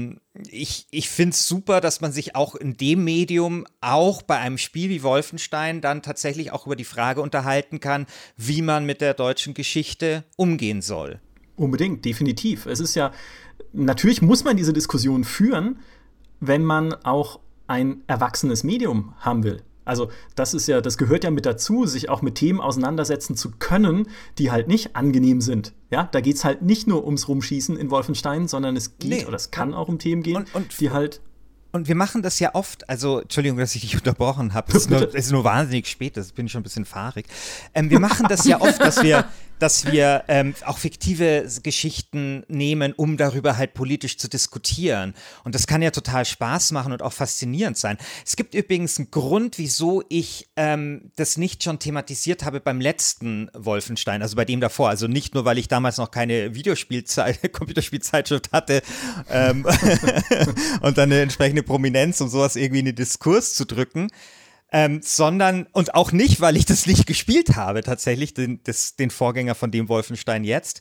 ich finde es super, dass man sich auch in dem Medium, auch bei einem Spiel wie Wolfenstein, dann tatsächlich auch über die Frage unterhalten kann, wie man mit der deutschen Geschichte umgehen soll. Unbedingt, definitiv. Es ist ja, natürlich muss man diese Diskussion führen, wenn man auch ein erwachsenes Medium haben will. Also das gehört ja mit dazu, sich auch mit Themen auseinandersetzen zu können, die halt nicht angenehm sind. Ja, da geht es halt nicht nur ums Rumschießen in Wolfenstein, sondern es geht oder es kann auch um Themen gehen, die halt. Und wir machen das ja oft, also Entschuldigung, dass ich dich unterbrochen habe, es ist nur wahnsinnig spät, das bin ich schon ein bisschen fahrig. Wir machen das ja oft, dass wir auch fiktive Geschichten nehmen, um darüber halt politisch zu diskutieren. Und das kann ja total Spaß machen und auch faszinierend sein. Es gibt übrigens einen Grund, wieso ich das nicht schon thematisiert habe beim letzten Wolfenstein, also bei dem davor. Also nicht nur, weil ich damals noch keine Computerspielzeitschrift hatte und dann eine entsprechende Prominenz, um sowas irgendwie in den Diskurs zu drücken, sondern, und auch nicht, weil ich das nicht gespielt habe, tatsächlich, den Vorgänger von dem Wolfenstein jetzt,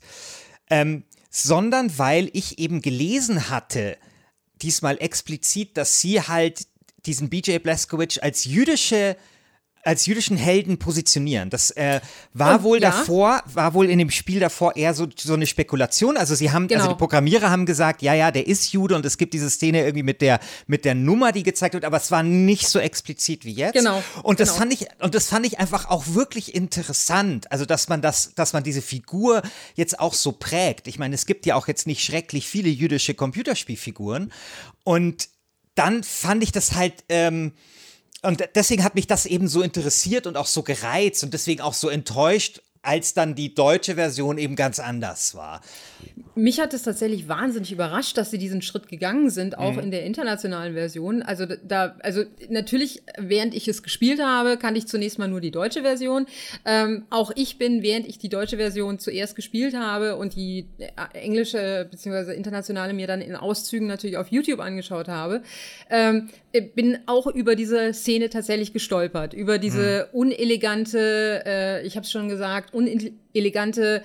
sondern weil ich eben gelesen hatte, diesmal explizit, dass sie halt diesen BJ Blazkowicz als jüdischen Helden positionieren. Das war wohl in dem Spiel davor eher so eine Spekulation. Also also die Programmierer haben gesagt, ja, der ist Jude und es gibt diese Szene irgendwie mit der Nummer, die gezeigt wird, aber es war nicht so explizit wie jetzt. Genau. Und das fand ich einfach auch wirklich interessant. Also, dass man diese Figur jetzt auch so prägt. Ich meine, es gibt ja auch jetzt nicht schrecklich viele jüdische Computerspielfiguren. Und dann fand ich das halt, und deswegen hat mich das eben so interessiert und auch so gereizt und deswegen auch so enttäuscht, als dann die deutsche Version eben ganz anders war. Mich hat es tatsächlich wahnsinnig überrascht, dass sie diesen Schritt gegangen sind, auch in der internationalen Version. Also natürlich, während ich es gespielt habe, kannte ich zunächst mal nur die deutsche Version. Auch ich bin, während ich die deutsche Version zuerst gespielt habe und die englische bzw. internationale mir dann in Auszügen natürlich auf YouTube angeschaut habe, bin auch über diese Szene tatsächlich gestolpert, über diese unelegante, ich habe es schon gesagt, unelegante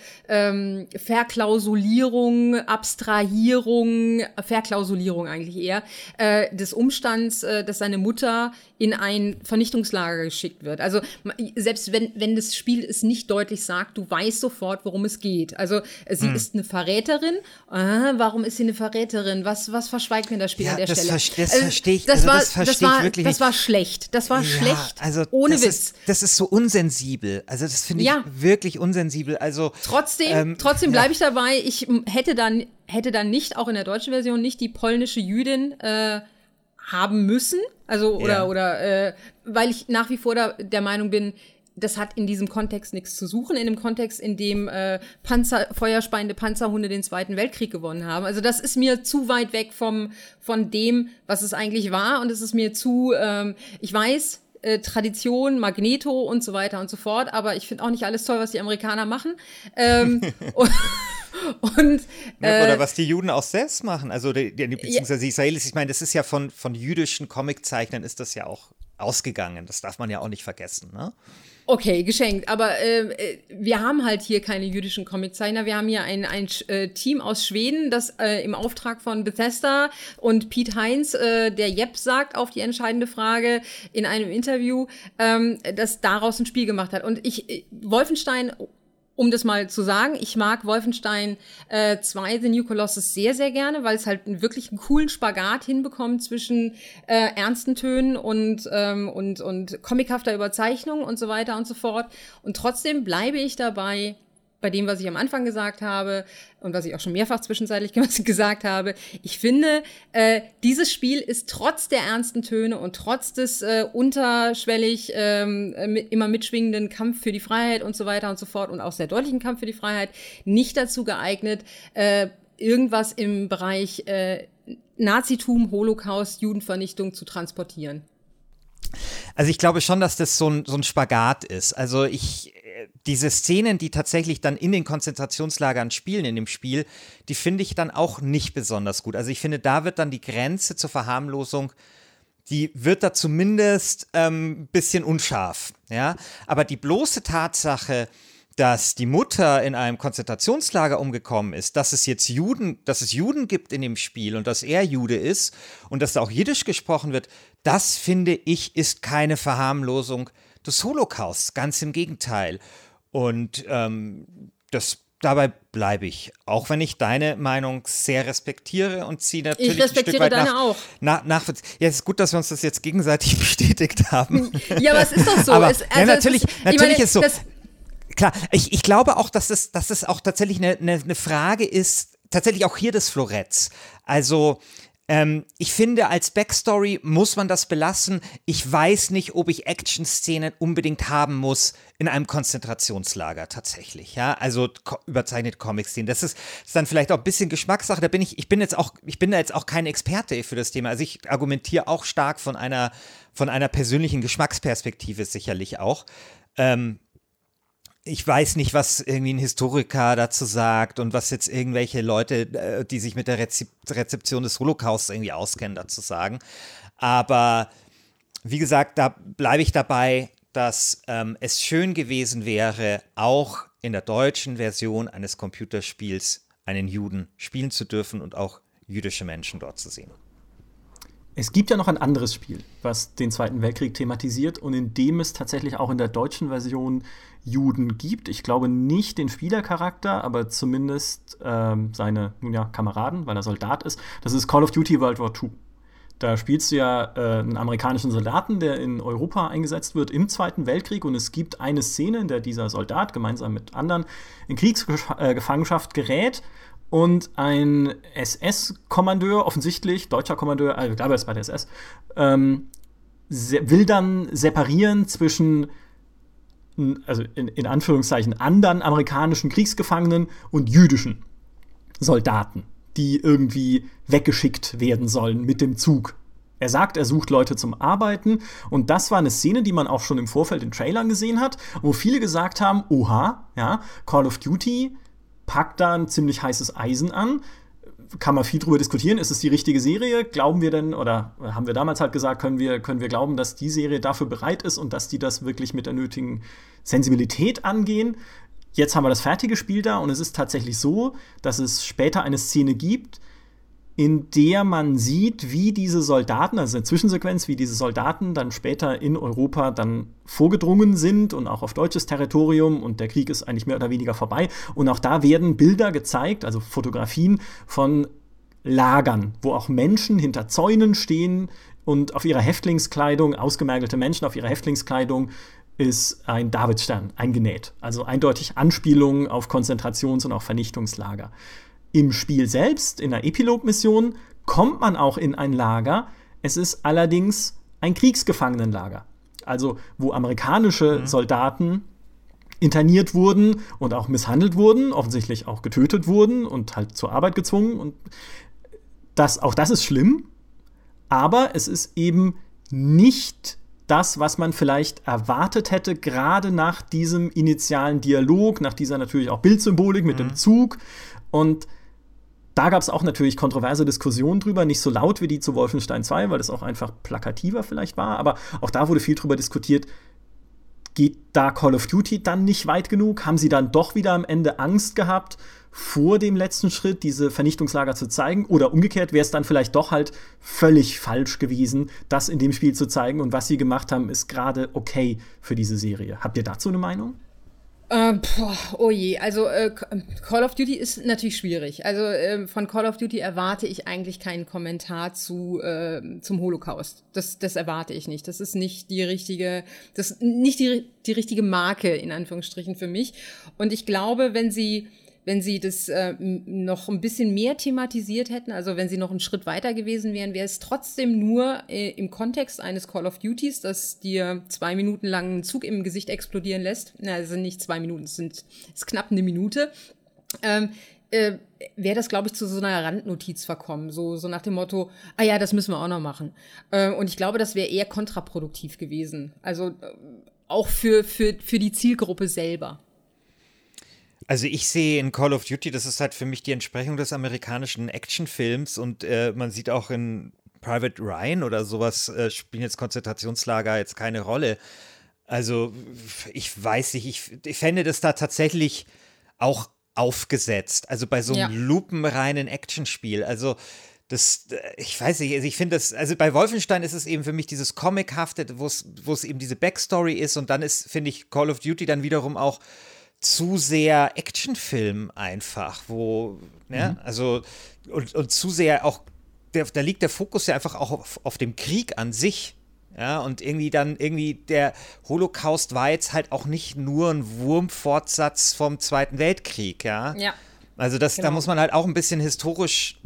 Verklausulierung, Abstrahierung, Verklausulierung eigentlich eher, des Umstands, dass seine Mutter in ein Vernichtungslager geschickt wird. Also selbst wenn das Spiel es nicht deutlich sagt, du weißt sofort, worum es geht. Also sie ist eine Verräterin. Warum ist sie eine Verräterin? Was verschweigt mir das Spiel an der Stelle? Das verstehe ich. Das verstehe ich wirklich nicht. Das war schlecht. Das war schlecht. Also ohne Witz. Das ist so unsensibel. Also das finde ich wirklich unsensibel. Also Trotzdem bleibe ich dabei. Ich hätte dann nicht, auch in der deutschen Version, nicht die polnische Jüdin haben müssen. Also, weil ich nach wie vor der Meinung bin, das hat in diesem Kontext nichts zu suchen, in dem Kontext, in dem feuerspeiende Panzerhunde den Zweiten Weltkrieg gewonnen haben. Also das ist mir zu weit weg von dem, was es eigentlich war. Und es ist mir zu, ich weiß, Tradition, Magneto und so weiter und so fort, aber ich finde auch nicht alles toll, was die Amerikaner machen. Oder was die Juden auch selbst machen, also beziehungsweise die Israelis, ich meine, das ist ja von jüdischen Comiczeichnern ist das ja auch ausgegangen, das darf man ja auch nicht vergessen, ne? Okay, geschenkt. Aber wir haben halt hier keine jüdischen Comiczeichner. Wir haben hier ein Team aus Schweden, das im Auftrag von Bethesda und Pete Heinz, der Jepp sagt auf die entscheidende Frage in einem Interview, das daraus ein Spiel gemacht hat. Und Wolfenstein um das mal zu sagen, ich mag Wolfenstein 2 The New Colossus sehr, sehr gerne, weil es halt wirklich einen coolen Spagat hinbekommt zwischen ernsten Tönen und comichafter Überzeichnung und so weiter und so fort. Und trotzdem bleibe ich dabei, bei dem, was ich am Anfang gesagt habe und was ich auch schon mehrfach zwischenzeitlich gesagt habe. Ich finde, dieses Spiel ist trotz der ernsten Töne und trotz des unterschwellig immer mitschwingenden Kampf für die Freiheit und so weiter und so fort und auch sehr deutlichen Kampf für die Freiheit nicht dazu geeignet, irgendwas im Bereich Nazitum, Holocaust, Judenvernichtung zu transportieren. Also ich glaube schon, dass das so ein Spagat ist. Also diese Szenen, die tatsächlich dann in den Konzentrationslagern spielen in dem Spiel, die finde ich dann auch nicht besonders gut. Also ich finde, da wird dann die Grenze zur Verharmlosung, die wird da zumindest ein bisschen unscharf. Ja? Aber die bloße Tatsache, dass die Mutter in einem Konzentrationslager umgekommen ist, dass es Juden gibt in dem Spiel und dass er Jude ist und dass da auch Jiddisch gesprochen wird, das finde ich ist keine Verharmlosung des Holocausts, ganz im Gegenteil. Und dabei bleibe ich, auch wenn ich deine Meinung sehr respektiere und sie natürlich ich respektiere ein Stück weit deine auch. Ja, es ist gut, dass wir uns das jetzt gegenseitig bestätigt haben. Ja, aber es ist doch so. Aber, natürlich ist es so. Klar, ich glaube auch, dass es auch tatsächlich eine Frage ist, tatsächlich auch hier des Floretts. Also ich finde, als Backstory muss man das belassen. Ich weiß nicht, ob ich Action-Szenen unbedingt haben muss in einem Konzentrationslager tatsächlich. Ja, also überzeichnete Comic-Szenen. Das ist dann vielleicht auch ein bisschen Geschmackssache. Ich bin da jetzt auch kein Experte für das Thema. Also ich argumentiere auch stark von einer persönlichen Geschmacksperspektive sicherlich auch. Ich weiß nicht, was irgendwie ein Historiker dazu sagt und was jetzt irgendwelche Leute, die sich mit der Rezeption des Holocausts irgendwie auskennen, dazu sagen. Aber wie gesagt, da bleibe ich dabei, dass es schön gewesen wäre, auch in der deutschen Version eines Computerspiels einen Juden spielen zu dürfen und auch jüdische Menschen dort zu sehen. Es gibt ja noch ein anderes Spiel, was den Zweiten Weltkrieg thematisiert und in dem es tatsächlich auch in der deutschen Version Juden gibt. Ich glaube nicht den Spielercharakter, aber zumindest seine Kameraden, weil er Soldat ist. Das ist Call of Duty World War II. Da spielst du ja einen amerikanischen Soldaten, der in Europa eingesetzt wird im Zweiten Weltkrieg. Und es gibt eine Szene, in der dieser Soldat gemeinsam mit anderen in Kriegsgefangenschaft gerät. Und ein SS-Kommandeur, offensichtlich, deutscher Kommandeur, ich glaube, er ist bei der SS, will dann separieren zwischen, also in Anführungszeichen, anderen amerikanischen Kriegsgefangenen und jüdischen Soldaten, die irgendwie weggeschickt werden sollen mit dem Zug. Er sagt, er sucht Leute zum Arbeiten. Und das war eine Szene, die man auch schon im Vorfeld in Trailern gesehen hat, wo viele gesagt haben, oha, ja, Call of Duty packt da ein ziemlich heißes Eisen an. Kann man viel drüber diskutieren. Ist es die richtige Serie? Glauben wir denn, oder haben wir damals halt gesagt, können wir glauben, dass die Serie dafür bereit ist und dass die das wirklich mit der nötigen Sensibilität angehen? Jetzt haben wir das fertige Spiel da und es ist tatsächlich so, dass es später eine Szene gibt, in der man sieht, wie diese Soldaten, also eine Zwischensequenz, wie diese Soldaten dann später in Europa dann vorgedrungen sind und auch auf deutsches Territorium und der Krieg ist eigentlich mehr oder weniger vorbei. Und auch da werden Bilder gezeigt, also Fotografien von Lagern, wo auch Menschen hinter Zäunen stehen und auf ihrer Häftlingskleidung, ausgemergelte Menschen auf ihrer Häftlingskleidung ist ein Davidstern eingenäht. Also eindeutig Anspielungen auf Konzentrations- und auch Vernichtungslager. Im Spiel selbst, in der Epilog-Mission, kommt man auch in ein Lager. Es ist allerdings ein Kriegsgefangenenlager. Also, wo amerikanische Soldaten interniert wurden und auch misshandelt wurden, offensichtlich auch getötet wurden und halt zur Arbeit gezwungen. Und auch das ist schlimm, aber es ist eben nicht das, was man vielleicht erwartet hätte, gerade nach diesem initialen Dialog, nach dieser natürlich auch Bildsymbolik mit dem Zug. Und da gab es auch natürlich kontroverse Diskussionen drüber, nicht so laut wie die zu Wolfenstein 2, weil das auch einfach plakativer vielleicht war, aber auch da wurde viel drüber diskutiert, geht da Call of Duty dann nicht weit genug? Haben sie dann doch wieder am Ende Angst gehabt, vor dem letzten Schritt diese Vernichtungslager zu zeigen? Oder umgekehrt wäre es dann vielleicht doch halt völlig falsch gewesen, das in dem Spiel zu zeigen und was sie gemacht haben, ist gerade okay für diese Serie. Habt ihr dazu eine Meinung? Oh je, also Call of Duty ist natürlich schwierig. Also von Call of Duty erwarte ich eigentlich keinen Kommentar zum Holocaust. Das erwarte ich nicht. Das ist nicht die richtige Marke in Anführungsstrichen für mich. Und ich glaube, wenn sie das noch ein bisschen mehr thematisiert hätten, also wenn sie noch einen Schritt weiter gewesen wären, wäre es trotzdem nur im Kontext eines Call of Duties, das dir 2 Minuten lang einen Zug im Gesicht explodieren lässt. Also nicht 2 Minuten, es ist knapp eine Minute. Wäre das, glaube ich, zu so einer Randnotiz verkommen. So nach dem Motto, ja, das müssen wir auch noch machen. Und ich glaube, das wäre eher kontraproduktiv gewesen. Also auch für die Zielgruppe selber. Also ich sehe in Call of Duty, das ist halt für mich die Entsprechung des amerikanischen Actionfilms und man sieht auch in Private Ryan oder sowas spielen jetzt Konzentrationslager jetzt keine Rolle. Also ich weiß nicht, ich fände das da tatsächlich auch aufgesetzt. Also bei so einem lupenreinen Actionspiel. Also ich weiß nicht, also ich finde das, also bei Wolfenstein ist es eben für mich dieses Comichafte, wo es eben diese Backstory ist und dann ist, finde ich, Call of Duty dann wiederum auch zu sehr Actionfilm einfach, also und zu sehr auch, da liegt der Fokus ja einfach auch auf dem Krieg an sich, ja, und irgendwie der Holocaust war jetzt halt auch nicht nur ein Wurmfortsatz vom Zweiten Weltkrieg, ja. Also da muss man halt auch ein bisschen historisch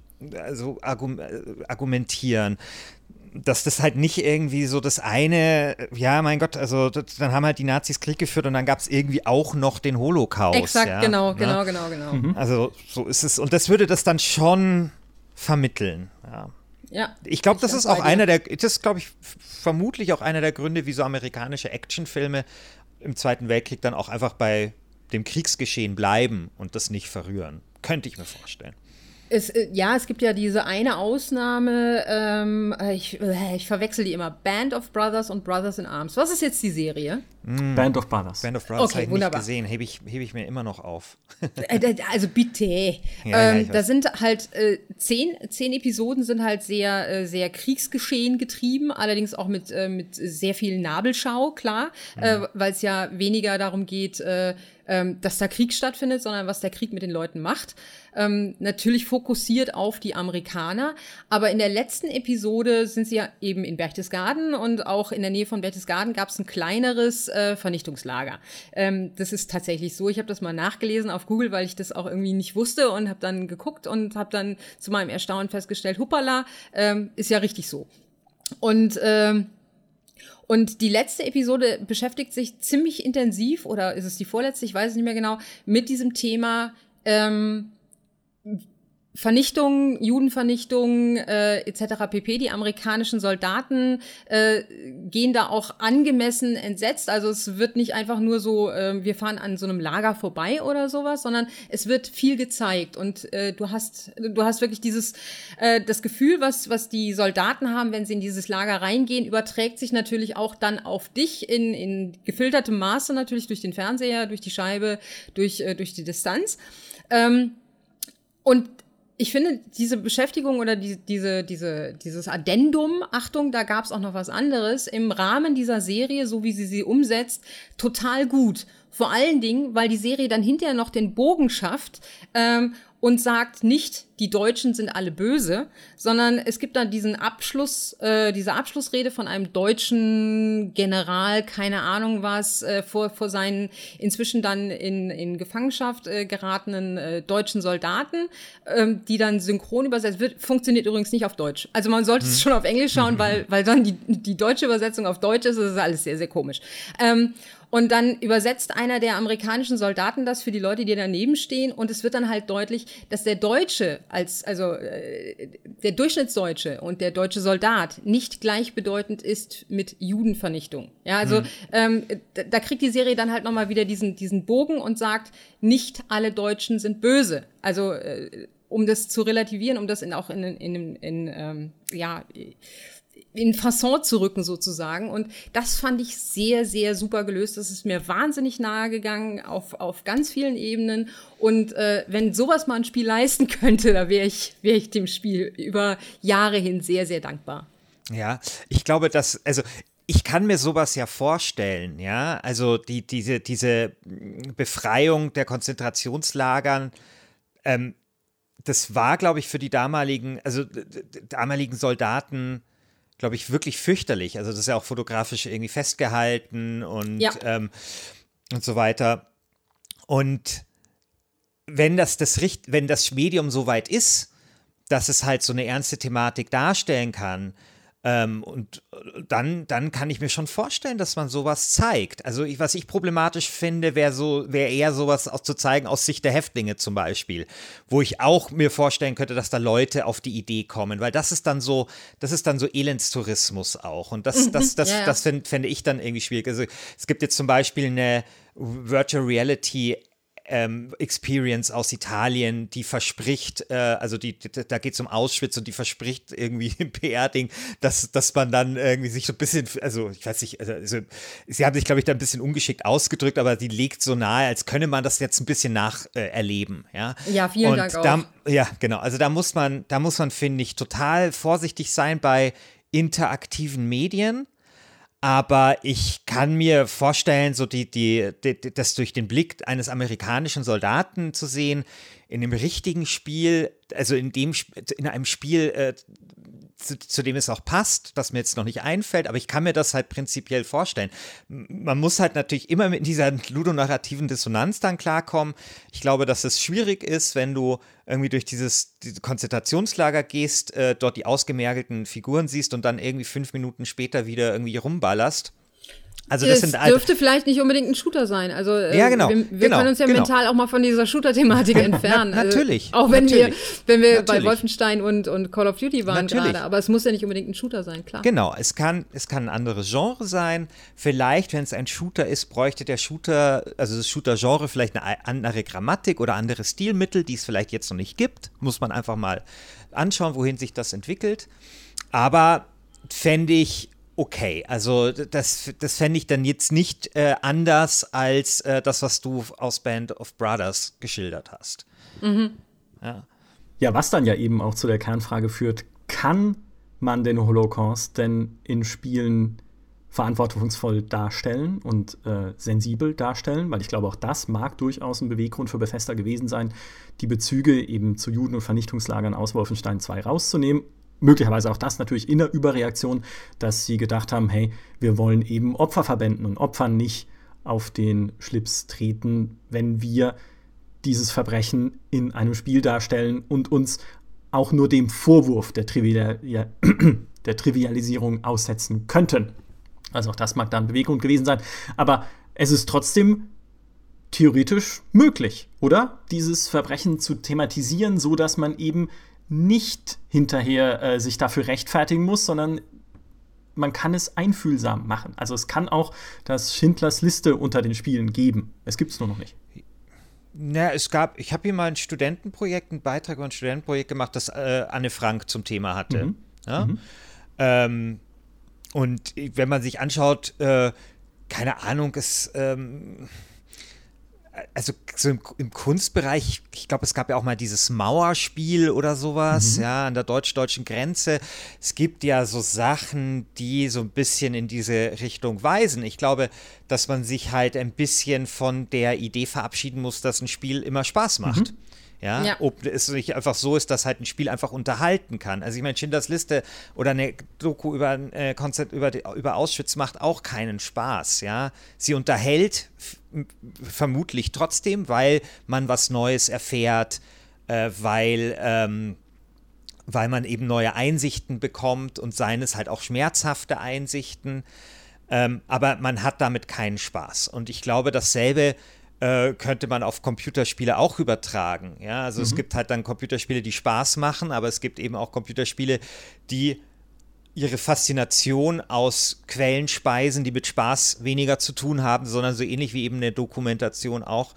argumentieren. Dass das halt nicht irgendwie so das eine, ja, mein Gott, also dann haben halt die Nazis Krieg geführt und dann gab es irgendwie auch noch den Holocaust. Exakt, ja, genau. Also so ist es, und das würde das dann schon vermitteln, ja. Ich glaube, das ist auch vermutlich auch einer der Gründe, wieso amerikanische Actionfilme im Zweiten Weltkrieg dann auch einfach bei dem Kriegsgeschehen bleiben und das nicht verrühren. Könnte ich mir vorstellen. Es gibt ja diese eine Ausnahme, ich verwechsel die immer, Band of Brothers und Brothers in Arms. Was ist jetzt die Serie? Band of Brothers. Band of Brothers habe ich nicht gesehen, hebe ich mir immer noch auf. Also bitte. Da sind halt 10 Episoden sind halt sehr, sehr Kriegsgeschehen getrieben, allerdings auch mit sehr viel Nabelschau, klar, weil es ja weniger darum geht, dass da Krieg stattfindet, sondern was der Krieg mit den Leuten macht. Natürlich fokussiert auf die Amerikaner, aber in der letzten Episode sind sie ja eben in Berchtesgaden und auch in der Nähe von Berchtesgaden gab es ein kleineres Vernichtungslager. Das ist tatsächlich so. Ich habe das mal nachgelesen auf Google, weil ich das auch irgendwie nicht wusste und habe dann geguckt und habe dann zu meinem Erstaunen festgestellt, hoppala, ist ja richtig so. Und die letzte Episode beschäftigt sich ziemlich intensiv, oder ist es die vorletzte, ich weiß es nicht mehr genau, mit diesem Thema Vernichtung, Judenvernichtung etc. pp. Die amerikanischen Soldaten gehen da auch angemessen entsetzt. Also es wird nicht einfach nur so, wir fahren an so einem Lager vorbei oder sowas, sondern es wird viel gezeigt. Und du hast wirklich das Gefühl, was die Soldaten haben, wenn sie in dieses Lager reingehen, überträgt sich natürlich auch dann auf dich in gefiltertem Maße, natürlich durch den Fernseher, durch die Scheibe, durch die Distanz. Und ich finde, diese Beschäftigung oder dieses Addendum, Achtung, da gab es auch noch was anderes, im Rahmen dieser Serie, so wie sie umsetzt, total gut. Vor allen Dingen, weil die Serie dann hinterher noch den Bogen schafft und sagt nicht, die Deutschen sind alle böse, sondern es gibt dann diese Abschlussrede von einem deutschen General, keine Ahnung was, vor seinen inzwischen dann in Gefangenschaft geratenen deutschen Soldaten, die dann synchron übersetzt wird. Funktioniert übrigens nicht auf Deutsch. Also man sollte es schon auf Englisch schauen, weil dann die deutsche Übersetzung auf Deutsch ist. Das ist alles sehr, sehr komisch. Und dann übersetzt einer der amerikanischen Soldaten das für die Leute, die daneben stehen. Und es wird dann halt deutlich, dass der Deutsche der Durchschnittsdeutsche und der deutsche Soldat nicht gleichbedeutend ist mit Judenvernichtung. Ja, also da kriegt die Serie dann halt nochmal wieder diesen Bogen und sagt, nicht alle Deutschen sind böse. Also um das zu relativieren, um das auch in Fasson zu rücken sozusagen. Und das fand ich sehr, sehr super gelöst. Das ist mir wahnsinnig nahe gegangen auf ganz vielen Ebenen. Und wenn sowas mal ein Spiel leisten könnte, da wäre ich dem Spiel über Jahre hin sehr, sehr dankbar. Ja, ich glaube, ich kann mir sowas ja vorstellen, ja, also diese Befreiung der Konzentrationslagern, das war, glaube ich, für die damaligen Soldaten, glaube ich, wirklich fürchterlich. Also das ist ja auch fotografisch irgendwie festgehalten und so weiter. Und wenn das Medium so weit ist, dass es halt so eine ernste Thematik darstellen kann, und dann kann ich mir schon vorstellen, dass man sowas zeigt. Also was ich problematisch finde, wäre eher sowas zu zeigen aus Sicht der Häftlinge zum Beispiel, wo ich auch mir vorstellen könnte, dass da Leute auf die Idee kommen, weil das ist dann so Elendstourismus auch, und das fände ich dann irgendwie schwierig. Also es gibt jetzt zum Beispiel eine Virtual Reality Experience aus Italien, die verspricht, da geht es um Auschwitz, und die verspricht irgendwie im PR-Ding, dass man dann irgendwie sich so ein bisschen, also ich weiß nicht, also sie haben sich, glaube ich, da ein bisschen ungeschickt ausgedrückt, aber die legt so nahe, als könne man das jetzt ein bisschen nacherleben. Ja, vielen Dank auch. Ja, genau, also da muss man, finde ich, total vorsichtig sein bei interaktiven Medien. Aber ich kann mir vorstellen, so das durch den Blick eines amerikanischen Soldaten zu sehen, in dem richtigen Spiel, also in einem Spiel, zu dem es auch passt, was mir jetzt noch nicht einfällt, aber ich kann mir das halt prinzipiell vorstellen. Man muss halt natürlich immer mit dieser ludonarrativen Dissonanz dann klarkommen. Ich glaube, dass es schwierig ist, wenn du irgendwie durch diese Konzentrationslager gehst, dort die ausgemergelten Figuren siehst und dann irgendwie 5 Minuten später wieder irgendwie rumballerst. Also das dürfte vielleicht nicht unbedingt ein Shooter sein. Also ja, genau, wir können uns ja mental auch mal von dieser Shooter-Thematik entfernen. Natürlich. Auch wenn wir bei Wolfenstein und Call of Duty waren gerade. Aber es muss ja nicht unbedingt ein Shooter sein, klar. Genau, es kann ein anderes Genre sein. Vielleicht, wenn es ein Shooter ist, bräuchte das Shooter-Genre vielleicht eine andere Grammatik oder andere Stilmittel, die es vielleicht jetzt noch nicht gibt. Muss man einfach mal anschauen, wohin sich das entwickelt. Aber fände ich okay, also das fände ich dann jetzt nicht anders als das, was du aus Band of Brothers geschildert hast. Mhm. Ja, was dann ja eben auch zu der Kernfrage führt, kann man den Holocaust denn in Spielen verantwortungsvoll darstellen und sensibel darstellen? Weil ich glaube, auch das mag durchaus ein Beweggrund für Bethesda gewesen sein, die Bezüge eben zu Juden- und Vernichtungslagern aus Wolfenstein 2 rauszunehmen. Möglicherweise auch das natürlich in der Überreaktion, dass sie gedacht haben, hey, wir wollen eben Opferverbänden und Opfern nicht auf den Schlips treten, wenn wir dieses Verbrechen in einem Spiel darstellen und uns auch nur dem Vorwurf der Trivialisierung aussetzen könnten. Also auch das mag da ein Beweggrund gewesen sein. Aber es ist trotzdem theoretisch möglich, oder? Dieses Verbrechen zu thematisieren, so dass man eben nicht hinterher sich dafür rechtfertigen muss, sondern man kann es einfühlsam machen. Also es kann auch das Schindlers Liste unter den Spielen geben. Es gibt es nur noch nicht. Na, ich habe hier mal einen Beitrag über ein Studentenprojekt gemacht, das Anne Frank zum Thema hatte. Mhm. Ja? Und wenn man sich anschaut, keine Ahnung, also so im Kunstbereich, ich glaube, es gab ja auch mal dieses Mauerspiel oder sowas, ja, an der deutsch-deutschen Grenze. Es gibt ja so Sachen, die so ein bisschen in diese Richtung weisen. Ich glaube, dass man sich halt ein bisschen von der Idee verabschieden muss, dass ein Spiel immer Spaß macht. Ja, ob es nicht einfach so ist, dass halt ein Spiel einfach unterhalten kann. Also ich meine, Schindlers Liste oder eine Doku über ein Konzept über Auschwitz macht auch keinen Spaß, ja. Sie unterhält vermutlich trotzdem, weil man was Neues erfährt, weil man eben neue Einsichten bekommt und seien es halt auch schmerzhafte Einsichten, aber man hat damit keinen Spaß. Und ich glaube, dasselbe könnte man auf Computerspiele auch übertragen. Ja, also es gibt halt dann Computerspiele, die Spaß machen, aber es gibt eben auch Computerspiele, die ihre Faszination aus Quellen speisen, die mit Spaß weniger zu tun haben, sondern so ähnlich wie eben eine Dokumentation auch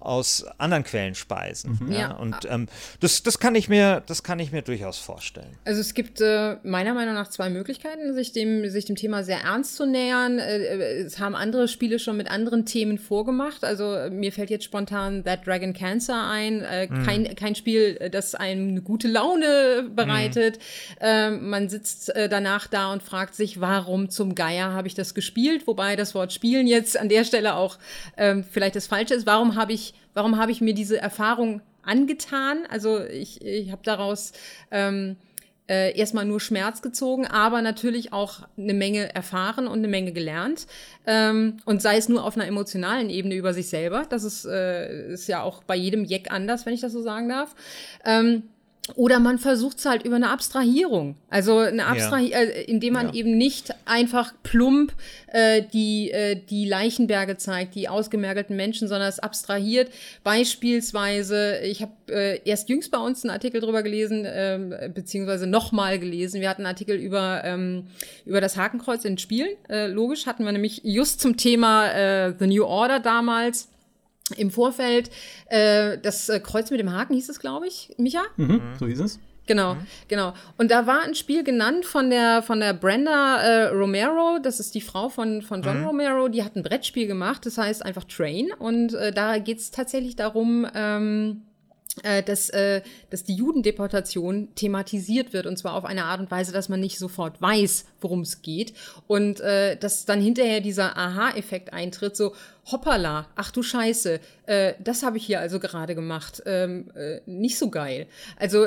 aus anderen Quellen speisen. Mhm. Ja. Und das kann ich mir durchaus vorstellen. Also es gibt meiner Meinung nach zwei Möglichkeiten, sich dem Thema sehr ernst zu nähern. Es haben andere Spiele schon mit anderen Themen vorgemacht. Also mir fällt jetzt spontan That Dragon Cancer ein. Kein Spiel, das einem eine gute Laune bereitet. Man sitzt danach da und fragt sich, warum zum Geier habe ich das gespielt? Wobei das Wort Spielen jetzt an der Stelle auch vielleicht das Falsche ist. Warum habe ich mir diese Erfahrung angetan? Also ich habe daraus erstmal nur Schmerz gezogen, aber natürlich auch eine Menge erfahren und eine Menge gelernt. Und sei es nur auf einer emotionalen Ebene über sich selber. Das ist ja auch bei jedem Jeck anders, wenn ich das so sagen darf. Oder man versucht es halt über eine Abstrahierung. Also indem man eben nicht einfach plump die Leichenberge zeigt, die ausgemergelten Menschen, sondern es abstrahiert. Beispielsweise, ich habe erst jüngst bei uns einen Artikel drüber gelesen, beziehungsweise nochmal gelesen. Wir hatten einen Artikel über das Hakenkreuz in Spielen. Logisch, hatten wir nämlich just zum Thema The New Order damals im Vorfeld, das Kreuz mit dem Haken hieß es, glaube ich, Micha? So hieß es. Genau. Und da war ein Spiel genannt von der Brenda Romero, das ist die Frau von John Romero, die hat ein Brettspiel gemacht, das heißt einfach Train. Und da geht es tatsächlich darum, dass die Judendeportation thematisiert wird, und zwar auf eine Art und Weise, dass man nicht sofort weiß, worum es geht, und dass dann hinterher dieser Aha-Effekt eintritt, so hoppala, ach du Scheiße, das habe ich hier also gerade gemacht, nicht so geil. Also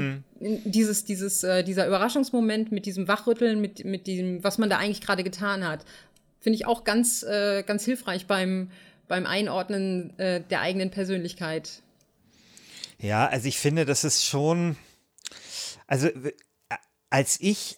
dieser Überraschungsmoment mit diesem Wachrütteln, mit diesem, was man da eigentlich gerade getan hat, finde ich auch ganz hilfreich beim Einordnen der eigenen Persönlichkeit. Ja, also ich finde, das ist schon, also als ich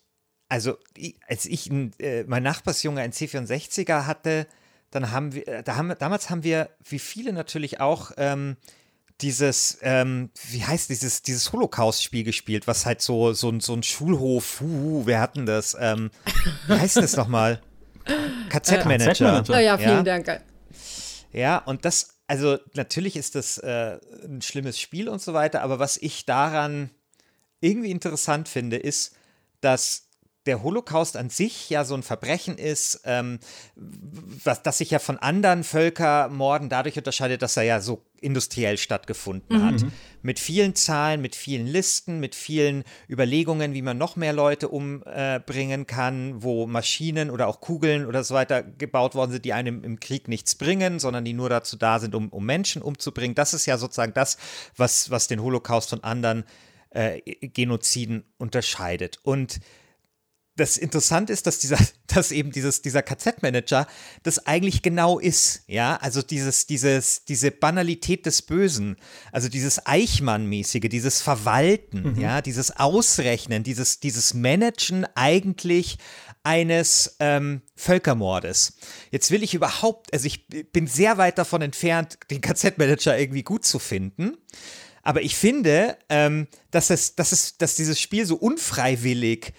mein Nachbarsjunge ein C64er hatte, damals haben wir, wie viele natürlich auch, dieses Holocaust-Spiel gespielt, was halt so ein Schulhof, wer hatten das? Wie heißt das nochmal? KZ-Manager. Oh ja, vielen Dank. Ja, und das, also natürlich ist das ein schlimmes Spiel und so weiter, aber was ich daran irgendwie interessant finde, ist, dass der Holocaust an sich ja so ein Verbrechen ist, das sich ja von anderen Völkermorden dadurch unterscheidet, dass er ja so industriell stattgefunden hat. Mit vielen Zahlen, mit vielen Listen, mit vielen Überlegungen, wie man noch mehr Leute umbringen kann, wo Maschinen oder auch Kugeln oder so weiter gebaut worden sind, die einem im Krieg nichts bringen, sondern die nur dazu da sind, um Menschen umzubringen. Das ist ja sozusagen das, was den Holocaust von anderen Genoziden unterscheidet. Und das Interessante ist, dass dieser KZ-Manager das eigentlich genau ist, ja, also diese Banalität des Bösen, also dieses Eichmann-mäßige, dieses Verwalten, ja, dieses Ausrechnen, dieses Managen eigentlich eines Völkermordes. Jetzt will ich ich bin sehr weit davon entfernt, den KZ-Manager irgendwie gut zu finden. Aber ich finde, dass dieses Spiel so unfreiwillig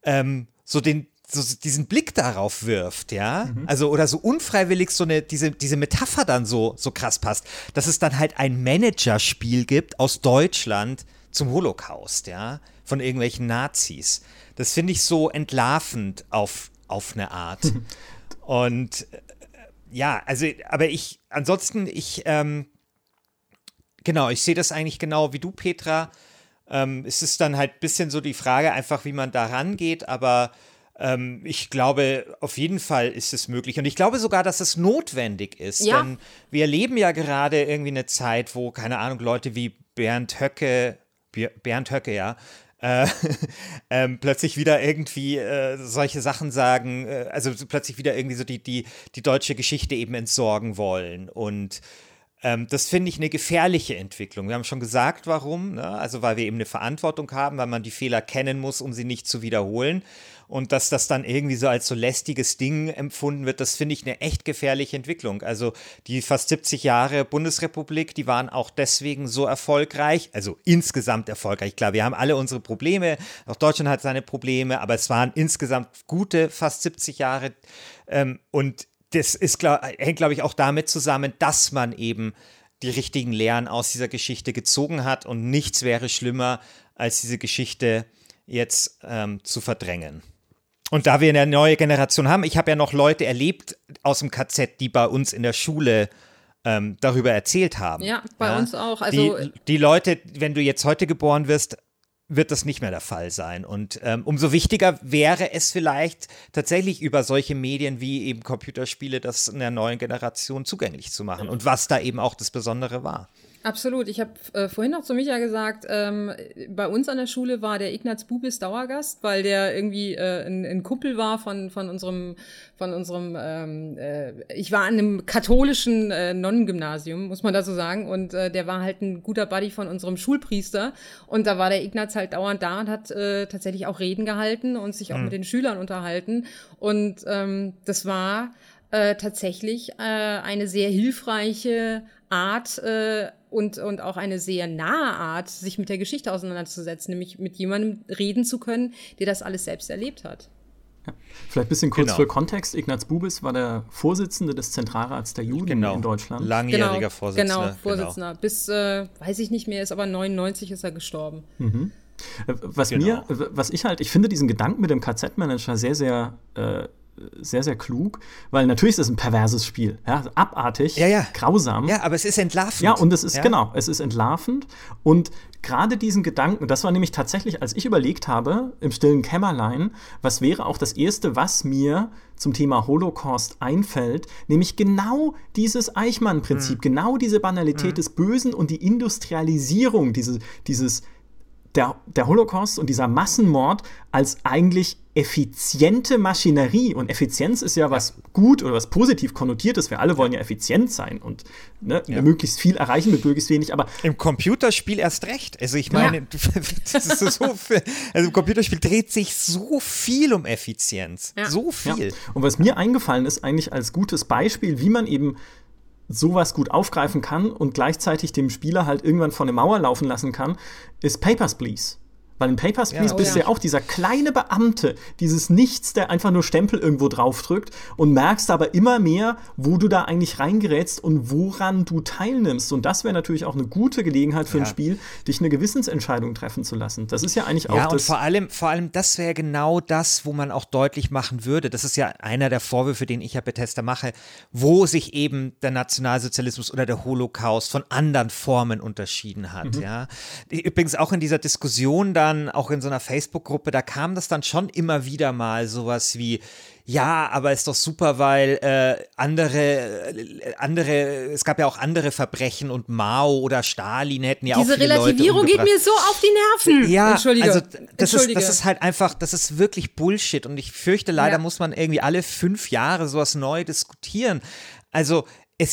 diesen Blick darauf wirft, ja, also oder so unfreiwillig diese Metapher dann so krass passt, dass es dann halt ein Managerspiel gibt aus Deutschland zum Holocaust, ja, von irgendwelchen Nazis. Das finde ich so entlarvend auf eine Art. Und ja, also, aber ich sehe das eigentlich genau wie du, Petra. Es ist dann halt ein bisschen so die Frage einfach, wie man da rangeht, aber ich glaube, auf jeden Fall ist es möglich. Und ich glaube sogar, dass es notwendig ist, denn wir erleben ja gerade irgendwie eine Zeit, wo, keine Ahnung, Leute wie Bernd Höcke, ja, plötzlich wieder irgendwie solche Sachen sagen, also plötzlich wieder irgendwie so die deutsche Geschichte eben entsorgen wollen. Und das finde ich eine gefährliche Entwicklung. Wir haben schon gesagt, warum, ne? Also weil wir eben eine Verantwortung haben, weil man die Fehler kennen muss, um sie nicht zu wiederholen. Und dass das dann irgendwie so als so lästiges Ding empfunden wird, das finde ich eine echt gefährliche Entwicklung. Also die fast 70 Jahre Bundesrepublik, die waren auch deswegen so erfolgreich, also insgesamt erfolgreich. Klar, wir haben alle unsere Probleme, auch Deutschland hat seine Probleme, aber es waren insgesamt gute fast 70 Jahre und das hängt, glaube ich, auch damit zusammen, dass man eben die richtigen Lehren aus dieser Geschichte gezogen hat und nichts wäre schlimmer, als diese Geschichte jetzt zu verdrängen. Und da wir eine neue Generation haben, ich habe ja noch Leute erlebt aus dem KZ, die bei uns in der Schule darüber erzählt haben. Ja, bei uns auch. Also die Leute, wenn du jetzt heute geboren wirst, wird das nicht mehr der Fall sein. Und umso wichtiger wäre es vielleicht tatsächlich über solche Medien wie eben Computerspiele, das einer neuen Generation zugänglich zu machen. Und was da eben auch das Besondere war. Absolut. Ich habe vorhin noch zu Micha gesagt, bei uns an der Schule war der Ignaz Bubis Dauergast, weil der irgendwie ein Kumpel war von unserem ich war an einem katholischen Nonnengymnasium, muss man da so sagen, und der war halt ein guter Buddy von unserem Schulpriester, und da war der Ignaz halt dauernd da und hat tatsächlich auch Reden gehalten und sich auch mit den Schülern unterhalten, und das war tatsächlich eine sehr hilfreiche Art und auch eine sehr nahe Art, sich mit der Geschichte auseinanderzusetzen, nämlich mit jemandem reden zu können, der das alles selbst erlebt hat. Ja. Vielleicht ein bisschen kurz für Kontext. Ignaz Bubis war der Vorsitzende des Zentralrats der Juden in Deutschland. Langjähriger Vorsitzender. Genau, Vorsitzender. Genau. Bis, weiß ich nicht mehr, ist aber 99 ist er gestorben. Mhm. Ich finde diesen Gedanken mit dem KZ-Manager sehr, sehr klug, weil natürlich ist es ein perverses Spiel, ja, abartig, grausam. Ja, aber es ist entlarvend. Ja, und es ist, es ist entlarvend, und gerade diesen Gedanken, das war nämlich tatsächlich, als ich überlegt habe, im stillen Kämmerlein, was wäre auch das Erste, was mir zum Thema Holocaust einfällt, nämlich genau dieses Eichmann-Prinzip, genau diese Banalität des Bösen und die Industrialisierung, der Holocaust und dieser Massenmord als eigentlich effiziente Maschinerie. Und Effizienz ist ja was gut oder was positiv konnotiertes. Wir alle wollen ja effizient sein und möglichst viel erreichen mit möglichst wenig. Aber im Computerspiel erst recht. Also ich meine, das ist im Computerspiel dreht sich so viel um Effizienz. Ja. So viel. Ja. Und was mir eingefallen ist eigentlich als gutes Beispiel, wie man eben sowas gut aufgreifen kann und gleichzeitig dem Spieler halt irgendwann vor eine Mauer laufen lassen kann, ist Papers, Please. Weil in Papers, Please bist du ja auch dieser kleine Beamte, dieses Nichts, der einfach nur Stempel irgendwo draufdrückt, und merkst aber immer mehr, wo du da eigentlich reingerätst und woran du teilnimmst. Und das wäre natürlich auch eine gute Gelegenheit für ein Spiel, dich eine Gewissensentscheidung treffen zu lassen. Das ist ja eigentlich auch das. Ja, und vor allem, das wäre genau das, wo man auch deutlich machen würde. Das ist ja einer der Vorwürfe, den ich ja Bethesda mache, wo sich eben der Nationalsozialismus oder der Holocaust von anderen Formen unterschieden hat. Ja. Übrigens auch in dieser Diskussion dann, auch in so einer Facebook-Gruppe, da kam das dann schon immer wieder mal sowas wie, ja, aber ist doch super, weil es gab ja auch andere Verbrechen und Mao oder Stalin hätten ja diese auch viele Relativierung Leute geht mir so auf die Nerven. Ja, Entschuldige. Also das ist halt einfach, das ist wirklich Bullshit, und ich fürchte, leider muss man irgendwie alle 5 Jahre sowas neu diskutieren. Also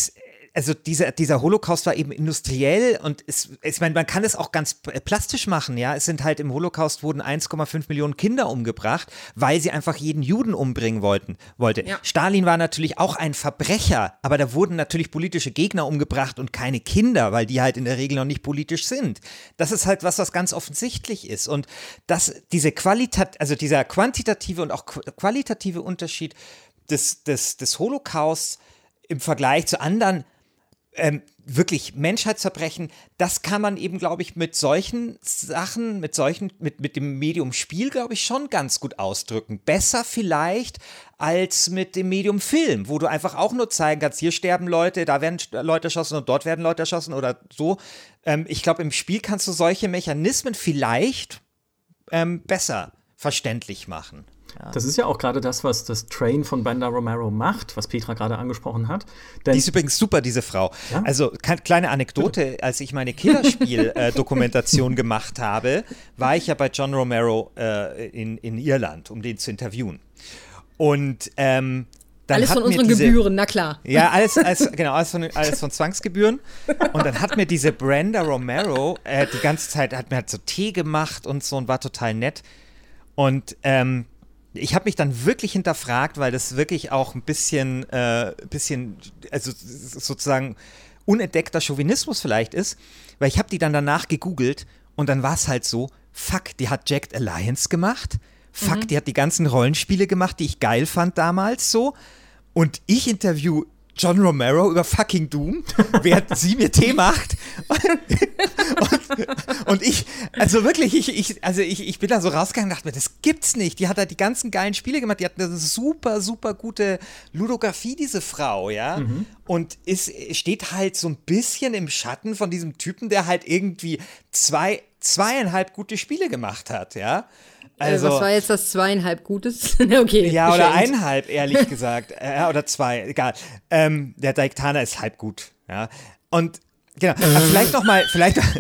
dieser Holocaust war eben industriell, und ich meine, man kann es auch ganz plastisch machen, ja. Es sind halt im Holocaust wurden 1,5 Millionen Kinder umgebracht, weil sie einfach jeden Juden umbringen wollte. Ja. Stalin war natürlich auch ein Verbrecher, aber da wurden natürlich politische Gegner umgebracht und keine Kinder, weil die halt in der Regel noch nicht politisch sind. Das ist halt was ganz offensichtlich ist, und dieser quantitative und auch qualitative Unterschied des Holocausts im Vergleich zu anderen wirklich Menschheitsverbrechen, das kann man eben, glaube ich, mit solchen Sachen, mit dem Medium Spiel, glaube ich, schon ganz gut ausdrücken. Besser vielleicht als mit dem Medium Film, wo du einfach auch nur zeigen kannst, hier sterben Leute, da werden Leute erschossen und dort werden Leute erschossen oder so. Ich glaube, im Spiel kannst du solche Mechanismen vielleicht besser verständlich machen. Ja. Das ist ja auch gerade das, was das Train von Brenda Romero macht, was Petra gerade angesprochen hat. Die ist übrigens super, diese Frau. Ja? Also, kleine Anekdote, als ich meine Killerspiel-Dokumentation gemacht habe, war ich ja bei John Romero in Irland, um den zu interviewen. Und dann alles von unseren Gebühren, na klar. Ja, alles von Zwangsgebühren. Und dann hat mir diese Brenda Romero die ganze Zeit, hat mir halt so Tee gemacht und so, und war total nett. Und ich habe mich dann wirklich hinterfragt, weil das wirklich auch ein bisschen, also sozusagen unentdeckter Chauvinismus vielleicht ist, weil ich habe die dann danach gegoogelt, und dann war es halt so, fuck, die hat Jagged Alliance gemacht, die hat die ganzen Rollenspiele gemacht, die ich geil fand damals so, und ich interview John Romero über fucking Doom, während sie mir Tee macht. Und ich, also wirklich, ich bin da so rausgegangen und dachte mir, das gibt's nicht. Die hat da die ganzen geilen Spiele gemacht, die hat eine super, super gute Ludografie, diese Frau, ja. Und steht halt so ein bisschen im Schatten von diesem Typen, der halt irgendwie zweieinhalb gute Spiele gemacht hat, ja. Also, was war jetzt das 2,5 Gutes? Okay. Ja, oder 1,5, ehrlich gesagt. Oder 2, egal. Der Daiktana ist halb gut, ja. Und genau, vielleicht noch mal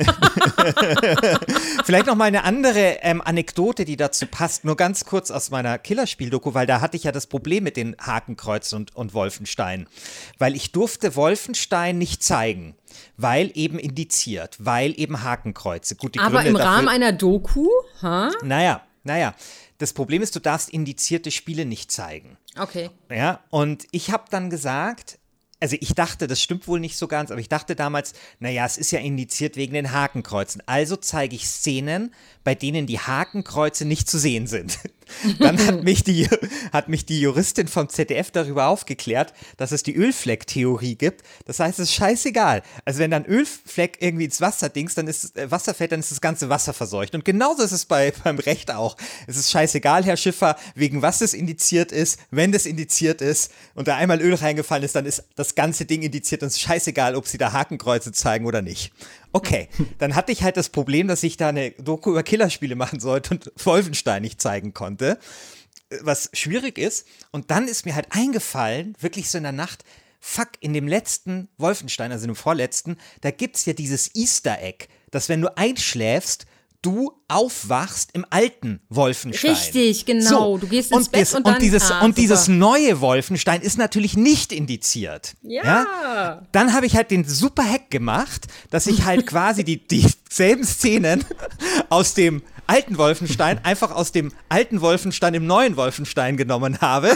eine andere Anekdote, die dazu passt, nur ganz kurz aus meiner Killerspiel-Doku, weil da hatte ich ja das Problem mit den Hakenkreuzen und Wolfenstein, weil ich durfte Wolfenstein nicht zeigen, weil eben indiziert, weil eben Hakenkreuze. Gut, die Aber Gründe im Rahmen dafür, einer Doku? Naja, das Problem ist, du darfst indizierte Spiele nicht zeigen. Okay. Ja, und ich habe dann gesagt, also ich dachte, das stimmt wohl nicht so ganz, aber ich dachte damals, naja, es ist ja indiziert wegen den Hakenkreuzen. Also zeige ich Szenen, bei denen die Hakenkreuze nicht zu sehen sind. Dann hat mich die Juristin vom ZDF darüber aufgeklärt, dass es die Ölfleck-Theorie gibt. Das heißt, es ist scheißegal. Also wenn dann Ölfleck irgendwie ins Wasser Wasser fällt, dann ist das ganze Wasser verseucht. Und genauso ist es beim Recht auch. Es ist scheißegal, Herr Schiffer, wegen was es indiziert ist. Wenn das indiziert ist und da einmal Öl reingefallen ist, dann ist das ganze Ding indiziert und es ist scheißegal, ob sie da Hakenkreuze zeigen oder nicht. Okay, dann hatte ich halt das Problem, dass ich da eine Doku über Killerspiele machen sollte und Wolfenstein nicht zeigen konnte, was schwierig ist. Und dann ist mir halt eingefallen, wirklich so in der Nacht, fuck, in dem letzten Wolfenstein, also in dem vorletzten, da gibt's ja dieses Easter Egg, dass wenn du einschläfst, du aufwachst im alten Wolfenstein. Richtig, genau. So, du gehst ins Bett und dann... Dieses neue Wolfenstein ist natürlich nicht indiziert. Ja. Dann habe ich halt den super Hack gemacht, dass ich halt quasi dieselben Szenen aus dem alten Wolfenstein einfach aus dem alten Wolfenstein im neuen Wolfenstein genommen habe.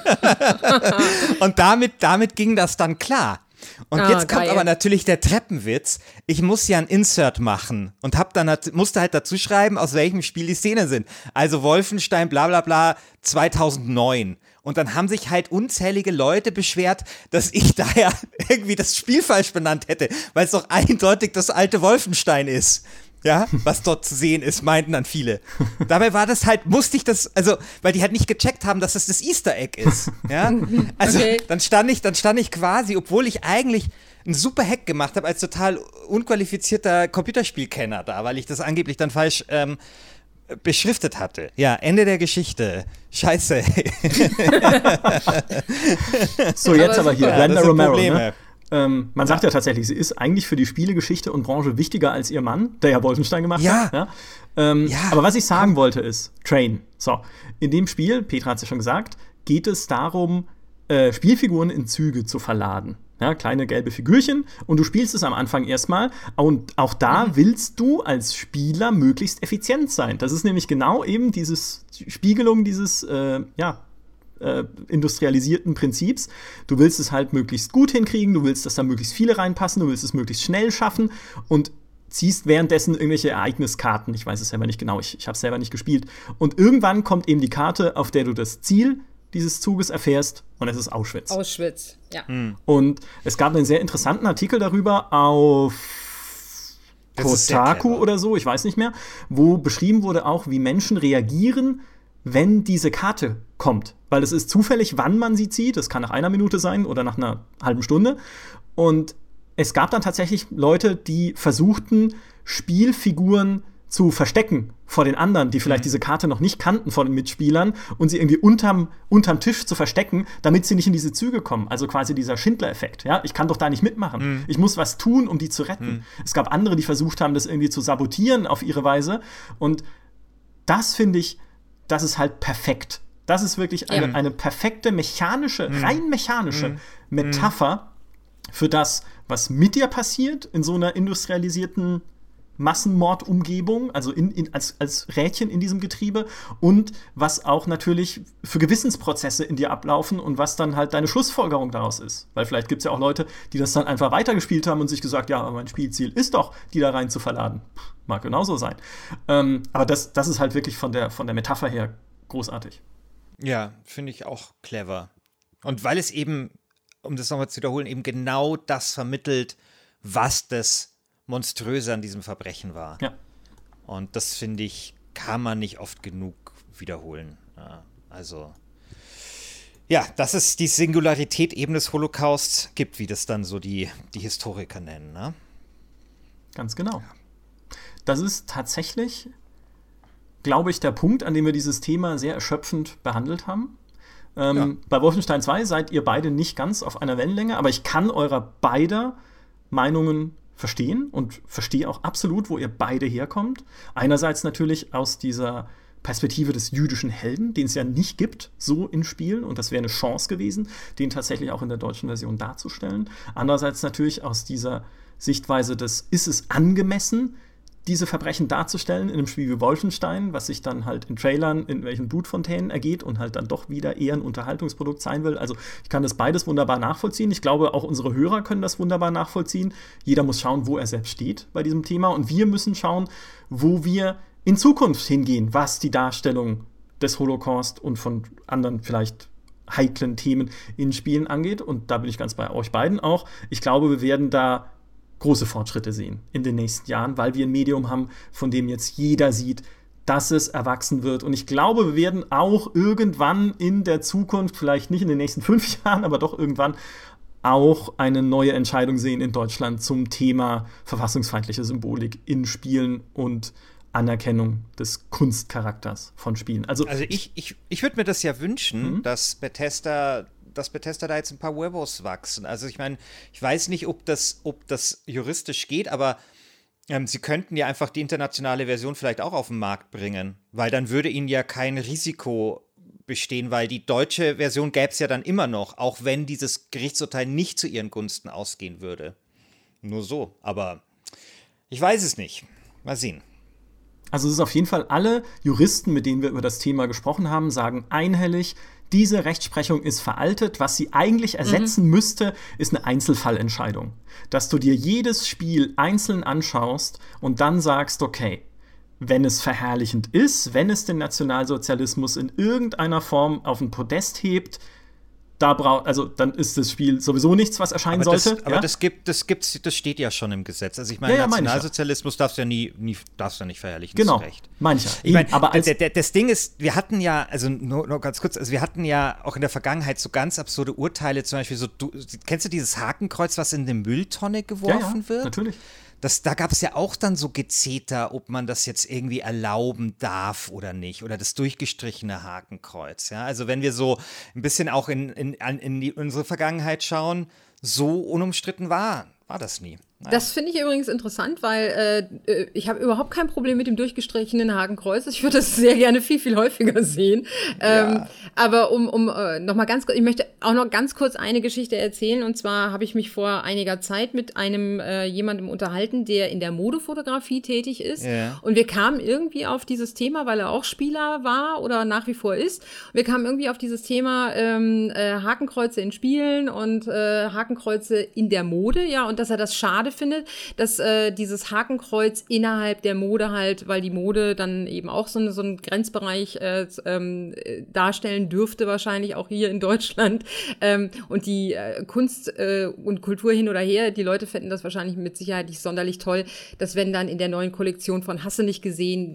Und damit ging das dann klar. Und jetzt kommt aber natürlich der Treppenwitz. Ich muss ja ein Insert machen und musste halt dazu schreiben, aus welchem Spiel die Szenen sind. Also Wolfenstein, bla bla bla, 2009. Und dann haben sich halt unzählige Leute beschwert, dass ich da ja irgendwie das Spiel falsch benannt hätte, weil es doch eindeutig das alte Wolfenstein ist. Ja, was dort zu sehen ist, meinten dann viele. Dabei war das halt, weil die halt nicht gecheckt haben, dass das Easter Egg ist. Ja, also dann stand ich quasi, obwohl ich eigentlich einen super Hack gemacht habe, als total unqualifizierter Computerspielkenner da, weil ich das angeblich dann falsch beschriftet hatte. Ja, Ende der Geschichte. Scheiße. So, jetzt aber hier, Brenda Romero, ne? Man sagt ja tatsächlich, sie ist eigentlich für die Spielegeschichte und Branche wichtiger als ihr Mann, der ja Wolfenstein gemacht hat. Ja. Aber was ich sagen wollte ist, Train. So, in dem Spiel, Petra hat es ja schon gesagt, geht es darum, Spielfiguren in Züge zu verladen. Ja, kleine gelbe Figürchen und du spielst es am Anfang erstmal und auch da willst du als Spieler möglichst effizient sein. Das ist nämlich genau eben dieses Spiegelung dieses, industrialisierten Prinzips. Du willst es halt möglichst gut hinkriegen, du willst, dass da möglichst viele reinpassen, du willst es möglichst schnell schaffen und ziehst währenddessen irgendwelche Ereigniskarten. Ich weiß es selber nicht genau, ich habe es selber nicht gespielt. Und irgendwann kommt eben die Karte, auf der du das Ziel dieses Zuges erfährst und es ist Auschwitz. Auschwitz, ja. Und es gab einen sehr interessanten Artikel darüber auf Kotaku oder so, ich weiß nicht mehr, wo beschrieben wurde auch, wie Menschen reagieren, wenn diese Karte kommt. Weil es ist zufällig, wann man sie zieht. Das kann nach 1 Minute sein oder nach einer halben Stunde. Und es gab dann tatsächlich Leute, die versuchten, Spielfiguren zu verstecken vor den anderen, die vielleicht diese Karte noch nicht kannten vor den Mitspielern und sie irgendwie unterm Tisch zu verstecken, damit sie nicht in diese Züge kommen. Also quasi dieser Schindler-Effekt. Ja? Ich kann doch da nicht mitmachen. Ich muss was tun, um die zu retten. Es gab andere, die versucht haben, das irgendwie zu sabotieren auf ihre Weise. Und das finde ich, das ist halt perfekt. Das ist wirklich eine perfekte rein mechanische Metapher für das, was mit dir passiert in so einer industrialisierten Massenmordumgebung, also als Rädchen in diesem Getriebe und was auch natürlich für Gewissensprozesse in dir ablaufen und was dann halt deine Schlussfolgerung daraus ist. Weil vielleicht gibt es ja auch Leute, die das dann einfach weitergespielt haben und sich gesagt, ja, aber mein Spielziel ist doch, die da rein zu verladen. Mag genauso sein. Aber das ist halt wirklich von der Metapher her großartig. Ja, finde ich auch clever. Und weil es eben um das nochmal zu wiederholen, eben genau das vermittelt, was das Monströse an diesem Verbrechen war. Ja. Und das, finde ich, kann man nicht oft genug wiederholen. Ja, also, ja, dass es die Singularität eben des Holocausts gibt, wie das dann so die Historiker nennen. Ne? Ganz genau. Das ist tatsächlich, glaube ich, der Punkt, an dem wir dieses Thema sehr erschöpfend behandelt haben. Bei Wolfenstein 2 seid ihr beide nicht ganz auf einer Wellenlänge, aber ich kann eurer beider Meinungen verstehen und verstehe auch absolut, wo ihr beide herkommt. Einerseits natürlich aus dieser Perspektive des jüdischen Helden, den es ja nicht gibt, so in Spielen, und das wäre eine Chance gewesen, den tatsächlich auch in der deutschen Version darzustellen. Andererseits natürlich aus dieser Sichtweise des, ist es angemessen, diese Verbrechen darzustellen in einem Spiel wie Wolfenstein, was sich dann halt in Trailern in welchen Blutfontänen ergeht und halt dann doch wieder eher ein Unterhaltungsprodukt sein will. Also ich kann das beides wunderbar nachvollziehen. Ich glaube, auch unsere Hörer können das wunderbar nachvollziehen. Jeder muss schauen, wo er selbst steht bei diesem Thema. Und wir müssen schauen, wo wir in Zukunft hingehen, was die Darstellung des Holocaust und von anderen vielleicht heiklen Themen in Spielen angeht. Und da bin ich ganz bei euch beiden auch. Ich glaube, wir werden da große Fortschritte sehen in den nächsten Jahren, weil wir ein Medium haben, von dem jetzt jeder sieht, dass es erwachsen wird. Und ich glaube, wir werden auch irgendwann in der Zukunft, vielleicht nicht in den nächsten 5 Jahren, aber doch irgendwann auch eine neue Entscheidung sehen in Deutschland zum Thema verfassungsfeindliche Symbolik in Spielen und Anerkennung des Kunstcharakters von Spielen. Also ich würde mir das ja wünschen, dass Bethesda da jetzt ein paar Huevos wachsen. Also ich meine, ich weiß nicht, ob das juristisch geht, aber sie könnten ja einfach die internationale Version vielleicht auch auf den Markt bringen, weil dann würde ihnen ja kein Risiko bestehen, weil die deutsche Version gäbe es ja dann immer noch, auch wenn dieses Gerichtsurteil nicht zu ihren Gunsten ausgehen würde. Nur so, aber ich weiß es nicht. Mal sehen. Also es ist auf jeden Fall, alle Juristen, mit denen wir über das Thema gesprochen haben, sagen einhellig, diese Rechtsprechung ist veraltet. Was sie eigentlich ersetzen müsste, ist eine Einzelfallentscheidung. Dass du dir jedes Spiel einzeln anschaust und dann sagst, okay, wenn es verherrlichend ist, wenn es den Nationalsozialismus in irgendeiner Form auf ein Podest hebt, dann ist das Spiel sowieso nichts, was erscheinen sollte. Aber das steht ja schon im Gesetz. Also ich meine, Nationalsozialismus darfst du ja nicht verherrlichen. Genau, recht. Meine ich ja. Ich meine, aber das Ding ist, wir hatten ja, also nur ganz kurz, wir hatten ja auch in der Vergangenheit so ganz absurde Urteile, zum Beispiel so, kennst du dieses Hakenkreuz, was in eine Mülltonne geworfen wird? Natürlich. Da gab es ja auch dann so Gezeter, ob man das jetzt irgendwie erlauben darf oder nicht. Oder das durchgestrichene Hakenkreuz. Ja? Also wenn wir so ein bisschen auch in unsere Vergangenheit schauen, so unumstritten war das nie. Naja. Das finde ich übrigens interessant, weil ich habe überhaupt kein Problem mit dem durchgestrichenen Hakenkreuz. Ich würde das sehr gerne viel, viel häufiger sehen. Ja. Aber um noch mal ganz kurz, ich möchte auch noch ganz kurz eine Geschichte erzählen. Und zwar habe ich mich vor einiger Zeit mit einem jemandem unterhalten, der in der Modefotografie tätig ist. Ja. Und wir kamen irgendwie auf dieses Thema, weil er auch Spieler war oder nach wie vor ist. Wir kamen irgendwie auf dieses Thema Hakenkreuze in Spielen und Hakenkreuze in der Mode, ja, und dass er das schade findet, dass dieses Hakenkreuz innerhalb der Mode halt, weil die Mode dann eben auch so einen Grenzbereich darstellen dürfte, wahrscheinlich auch hier in Deutschland. Und die Kunst und Kultur hin oder her, die Leute fänden das wahrscheinlich mit Sicherheit nicht sonderlich toll, dass wenn dann in der neuen Kollektion von Hasse nicht gesehen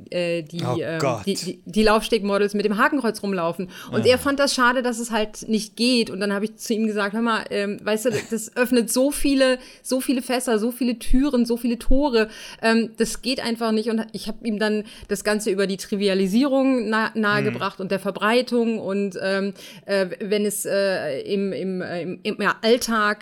die Laufstegmodels mit dem Hakenkreuz rumlaufen. Und er fand das schade, dass es halt nicht geht. Und dann habe ich zu ihm gesagt, hör mal, weißt du, das öffnet so viele Fässer, so viele Türen, so viele Tore. Das geht einfach nicht. Und ich habe ihm dann das Ganze über die Trivialisierung nahegebracht und der Verbreitung. Und wenn es im Alltag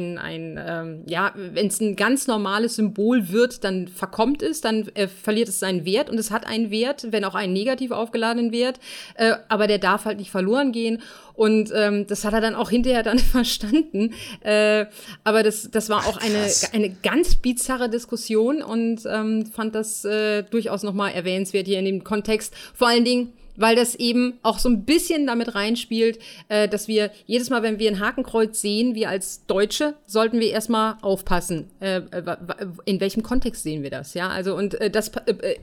wenn es ein ganz normales Symbol wird, dann verkommt es, dann verliert es seinen Wert. Und es hat einen Wert, wenn auch einen negativ aufgeladenen Wert. Aber der darf halt nicht verloren gehen. Und das hat er dann auch hinterher dann verstanden. Aber das war auch eine ganz bizarre Diskussion und fand das durchaus nochmal erwähnenswert hier in dem Kontext. Vor allen Dingen, weil das eben auch so ein bisschen damit reinspielt, dass wir jedes Mal, wenn wir ein Hakenkreuz sehen, wir als Deutsche, sollten wir erstmal aufpassen, in welchem Kontext sehen wir das, ja? Also und das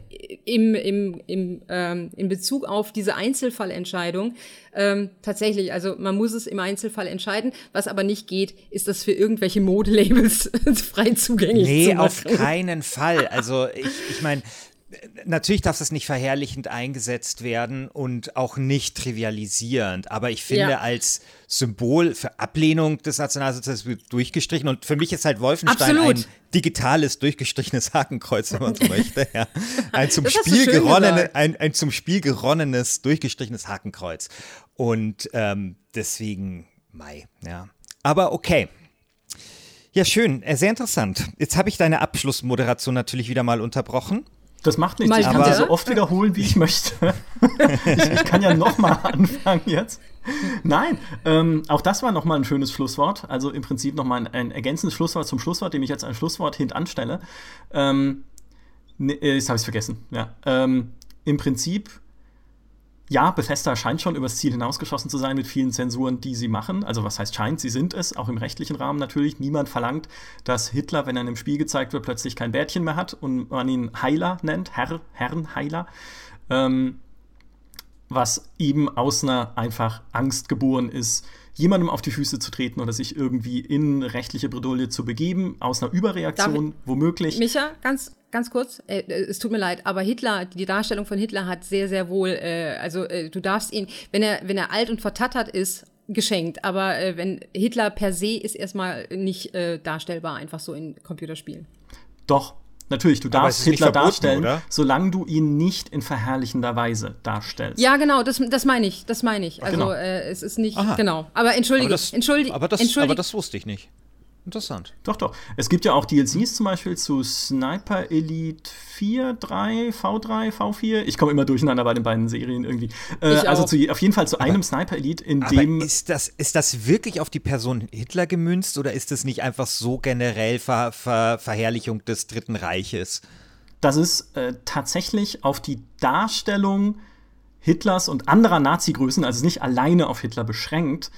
in Bezug auf diese Einzelfallentscheidung tatsächlich, also man muss es im Einzelfall entscheiden. Was aber nicht geht, ist das für irgendwelche Modelabels frei zugänglich zu machen. Nee, auf keinen Fall. Also ich meine, natürlich darf das nicht verherrlichend eingesetzt werden und auch nicht trivialisierend, aber ich finde als Symbol für Ablehnung des Nationalsozialismus durchgestrichen und für mich ist halt Wolfenstein ein digitales, durchgestrichenes Hakenkreuz, wenn man so möchte. Ja. Ein zum Spiel geronnenes, durchgestrichenes Hakenkreuz. Und deswegen ja. Aber okay. Ja, schön, sehr interessant. Jetzt habe ich deine Abschlussmoderation natürlich wieder mal unterbrochen. Das macht nichts, ich kann sie so oft wiederholen, wie ich möchte. Ich kann ja noch mal anfangen jetzt. Nein, auch das war noch mal ein schönes Schlusswort. Also im Prinzip noch mal ein ergänzendes Schlusswort zum Schlusswort, dem ich jetzt ein Schlusswort hintanstelle. Jetzt habe ich es vergessen. Ja. Im Prinzip, ja, Bethesda scheint schon übers Ziel hinausgeschossen zu sein mit vielen Zensuren, die sie machen. Also was heißt scheint, sie sind es, auch im rechtlichen Rahmen natürlich. Niemand verlangt, dass Hitler, wenn er in einem Spiel gezeigt wird, plötzlich kein Bärtchen mehr hat und man ihn Heiler nennt, Herrenheiler. Was eben aus einer einfach Angst geboren ist, jemandem auf die Füße zu treten oder sich irgendwie in rechtliche Bredouille zu begeben, aus einer Überreaktion womöglich. Micha, ganz kurz, es tut mir leid, aber Hitler, die Darstellung von Hitler hat sehr, sehr wohl, du darfst ihn, wenn er alt und vertattert ist, geschenkt, aber wenn Hitler per se ist erstmal nicht darstellbar, einfach so in Computerspielen. Doch. Natürlich, du darfst Hitler darstellen, oder? Solange du ihn nicht in verherrlichender Weise darstellst. Ja, genau, das meine ich. Also genau. Es ist nicht, genau. Aber entschuldige. Aber das wusste ich nicht. Interessant. Doch. Es gibt ja auch DLCs zum Beispiel zu Sniper Elite 4, 3, V3, V4. Ich komme immer durcheinander bei den beiden Serien irgendwie. Auf jeden Fall zu einem Sniper Elite, in dem. Ist das wirklich auf die Person Hitler gemünzt oder ist das nicht einfach so generell Verherrlichung des Dritten Reiches? Das ist tatsächlich auf die Darstellung Hitlers und anderer Nazi-Größen, also nicht alleine auf Hitler beschränkt,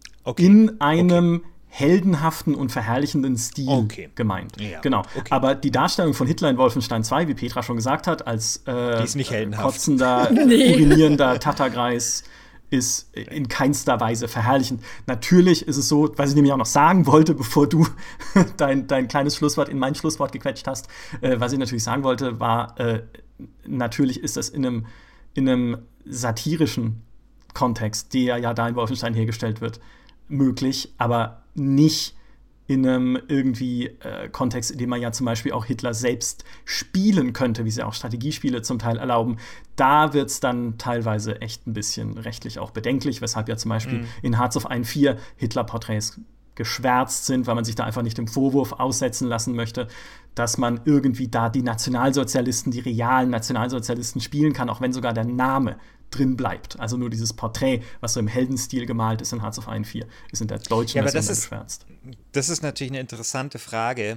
in einem heldenhaften und verherrlichenden Stil gemeint. Ja, genau. Aber die Darstellung von Hitler in Wolfenstein 2, wie Petra schon gesagt hat, als kotzender, urinierender Tattergreis, ist in keinster Weise verherrlichend. Natürlich ist es so, was ich nämlich auch noch sagen wollte, bevor du dein kleines Schlusswort in mein Schlusswort gequetscht hast, was ich natürlich sagen wollte, war, natürlich ist das in einem satirischen Kontext, der ja da in Wolfenstein hergestellt wird, möglich, aber nicht in einem irgendwie Kontext, in dem man ja zum Beispiel auch Hitler selbst spielen könnte, wie sie auch Strategiespiele zum Teil erlauben. Da wird es dann teilweise echt ein bisschen rechtlich auch bedenklich, weshalb ja zum Beispiel in Hearts of Iron 4 Hitler-Porträts geschwärzt sind, weil man sich da einfach nicht dem Vorwurf aussetzen lassen möchte, dass man irgendwie da die Nationalsozialisten, die realen Nationalsozialisten spielen kann, auch wenn sogar der Name drin bleibt. Also nur dieses Porträt, was so im Heldenstil gemalt ist in Hearts of Iron 4, ist in der deutschen Version geschwärzt. Das ist natürlich eine interessante Frage.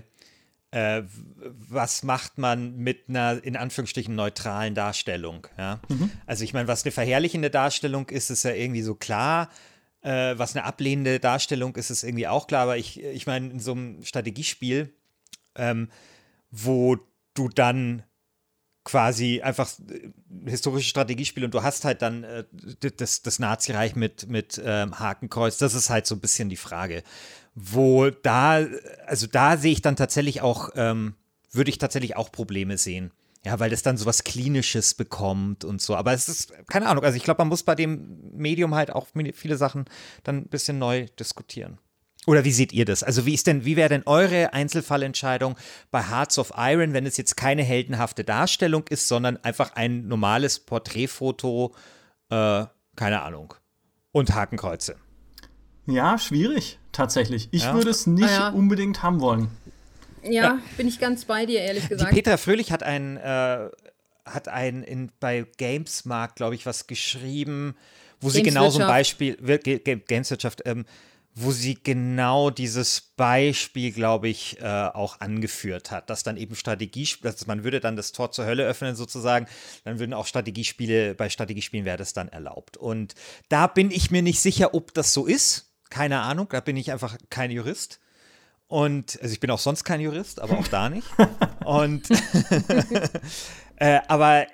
Was macht man mit einer, in Anführungsstrichen, neutralen Darstellung? Ja? Also ich meine, was eine verherrlichende Darstellung ist, ist ja irgendwie so klar. Was eine ablehnende Darstellung ist, ist irgendwie auch klar. Aber ich meine, in so einem Strategiespiel, wo du dann quasi einfach historische Strategiespiele und du hast halt dann das Nazireich mit Hakenkreuz, das ist halt so ein bisschen die Frage. Da sehe ich dann tatsächlich auch, würde ich tatsächlich auch Probleme sehen. Ja, weil das dann so was Klinisches bekommt und so. Aber es ist, keine Ahnung, also ich glaube, man muss bei dem Medium halt auch viele Sachen dann ein bisschen neu diskutieren. Oder wie seht ihr das? Also wie wäre denn eure Einzelfallentscheidung bei Hearts of Iron, wenn es jetzt keine heldenhafte Darstellung ist, sondern einfach ein normales Porträtfoto, keine Ahnung, und Hakenkreuze? Ja, schwierig, tatsächlich. Ich würde es nicht unbedingt haben wollen. Ja, bin ich ganz bei dir, ehrlich gesagt. Die Petra Fröhlich hat bei Gamesmarkt, glaube ich, was geschrieben, wo sie genau so ein Beispiel, Gameswirtschaft, wo sie genau dieses Beispiel, glaube ich, auch angeführt hat, dass dann eben dass man würde dann das Tor zur Hölle öffnen sozusagen, dann würden auch bei Strategiespielen wäre das dann erlaubt. Und da bin ich mir nicht sicher, ob das so ist. Keine Ahnung, da bin ich einfach kein Jurist. Und, also ich bin auch sonst kein Jurist, aber auch da nicht. Und aber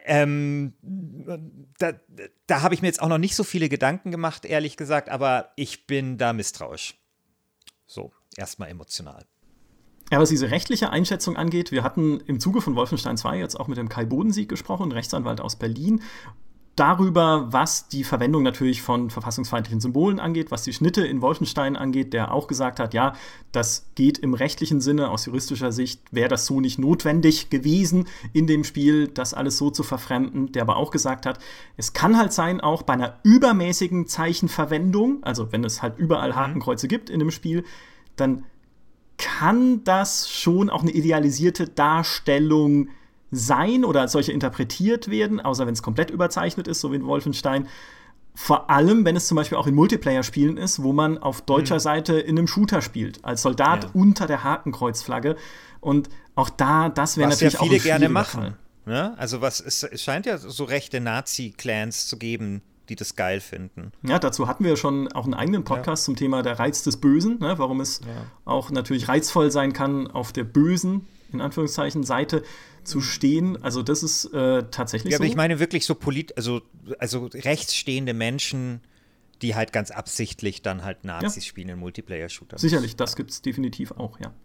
da habe ich mir jetzt auch noch nicht so viele Gedanken gemacht, ehrlich gesagt, aber ich bin da misstrauisch. So, erstmal emotional. Ja, was diese rechtliche Einschätzung angeht, wir hatten im Zuge von Wolfenstein 2 jetzt auch mit dem Kai Bodensiek gesprochen, Rechtsanwalt aus Berlin, darüber, was die Verwendung natürlich von verfassungsfeindlichen Symbolen angeht, was die Schnitte in Wolfenstein angeht, der auch gesagt hat, ja, das geht im rechtlichen Sinne, aus juristischer Sicht wäre das so nicht notwendig gewesen in dem Spiel, das alles so zu verfremden, der aber auch gesagt hat, es kann halt sein, auch bei einer übermäßigen Zeichenverwendung, also wenn es halt überall Hakenkreuze gibt in dem Spiel, dann kann das schon auch eine idealisierte Darstellung sein oder als solche interpretiert werden, außer wenn es komplett überzeichnet ist, so wie in Wolfenstein. Vor allem, wenn es zum Beispiel auch in Multiplayer-Spielen ist, wo man auf deutscher Seite in einem Shooter spielt, als Soldat unter der Hakenkreuzflagge. Und auch das wäre natürlich auch ein viele gerne machen. Fall. Ne? Also es scheint ja so rechte Nazi-Clans zu geben, die das geil finden. Ja, dazu hatten wir schon auch einen eigenen Podcast zum Thema der Reiz des Bösen, ne? Warum es auch natürlich reizvoll sein kann, auf der bösen, in Anführungszeichen, Seite zu stehen. Also das ist tatsächlich so. Ja, aber ich meine wirklich so also rechtsstehende Menschen, die halt ganz absichtlich dann halt Nazis spielen in Multiplayer-Shootern. Sicherlich, das gibt es definitiv auch, ja.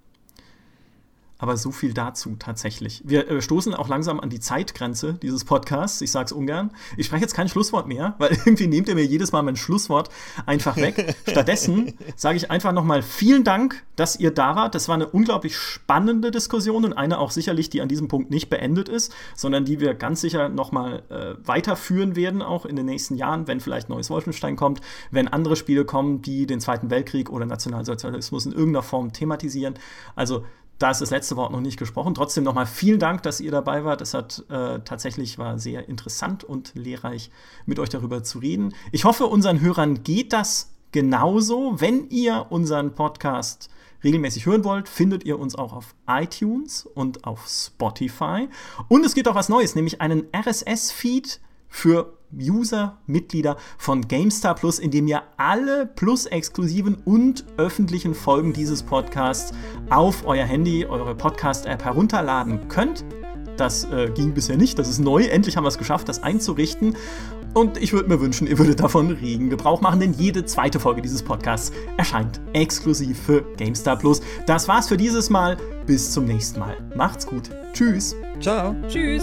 Aber so viel dazu tatsächlich. Wir stoßen auch langsam an die Zeitgrenze dieses Podcasts. Ich sag's ungern. Ich spreche jetzt kein Schlusswort mehr, weil irgendwie nehmt ihr mir jedes Mal mein Schlusswort einfach weg. Stattdessen sage ich einfach nochmal vielen Dank, dass ihr da wart. Das war eine unglaublich spannende Diskussion und eine auch sicherlich, die an diesem Punkt nicht beendet ist, sondern die wir ganz sicher nochmal weiterführen werden, auch in den nächsten Jahren, wenn vielleicht neues Wolfenstein kommt, wenn andere Spiele kommen, die den Zweiten Weltkrieg oder Nationalsozialismus in irgendeiner Form thematisieren. Also da ist das letzte Wort noch nicht gesprochen. Trotzdem nochmal vielen Dank, dass ihr dabei wart. Es hat war sehr interessant und lehrreich, mit euch darüber zu reden. Ich hoffe, unseren Hörern geht das genauso. Wenn ihr unseren Podcast regelmäßig hören wollt, findet ihr uns auch auf iTunes und auf Spotify. Und es gibt auch was Neues, nämlich einen RSS-Feed für User, Mitglieder von GameStar Plus, in dem ihr alle Plus-exklusiven und öffentlichen Folgen dieses Podcasts auf euer Handy, eure Podcast-App herunterladen könnt. Das ging bisher nicht, das ist neu. Endlich haben wir es geschafft, das einzurichten. Und ich würde mir wünschen, ihr würdet davon regen Gebrauch machen, denn jede zweite Folge dieses Podcasts erscheint exklusiv für GameStar Plus. Das war's für dieses Mal. Bis zum nächsten Mal. Macht's gut. Tschüss. Ciao. Tschüss.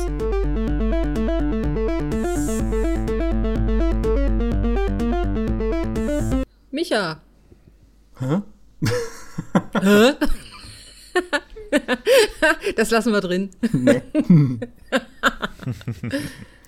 Micha. Hä? Hä? Das lassen wir drin. Nee.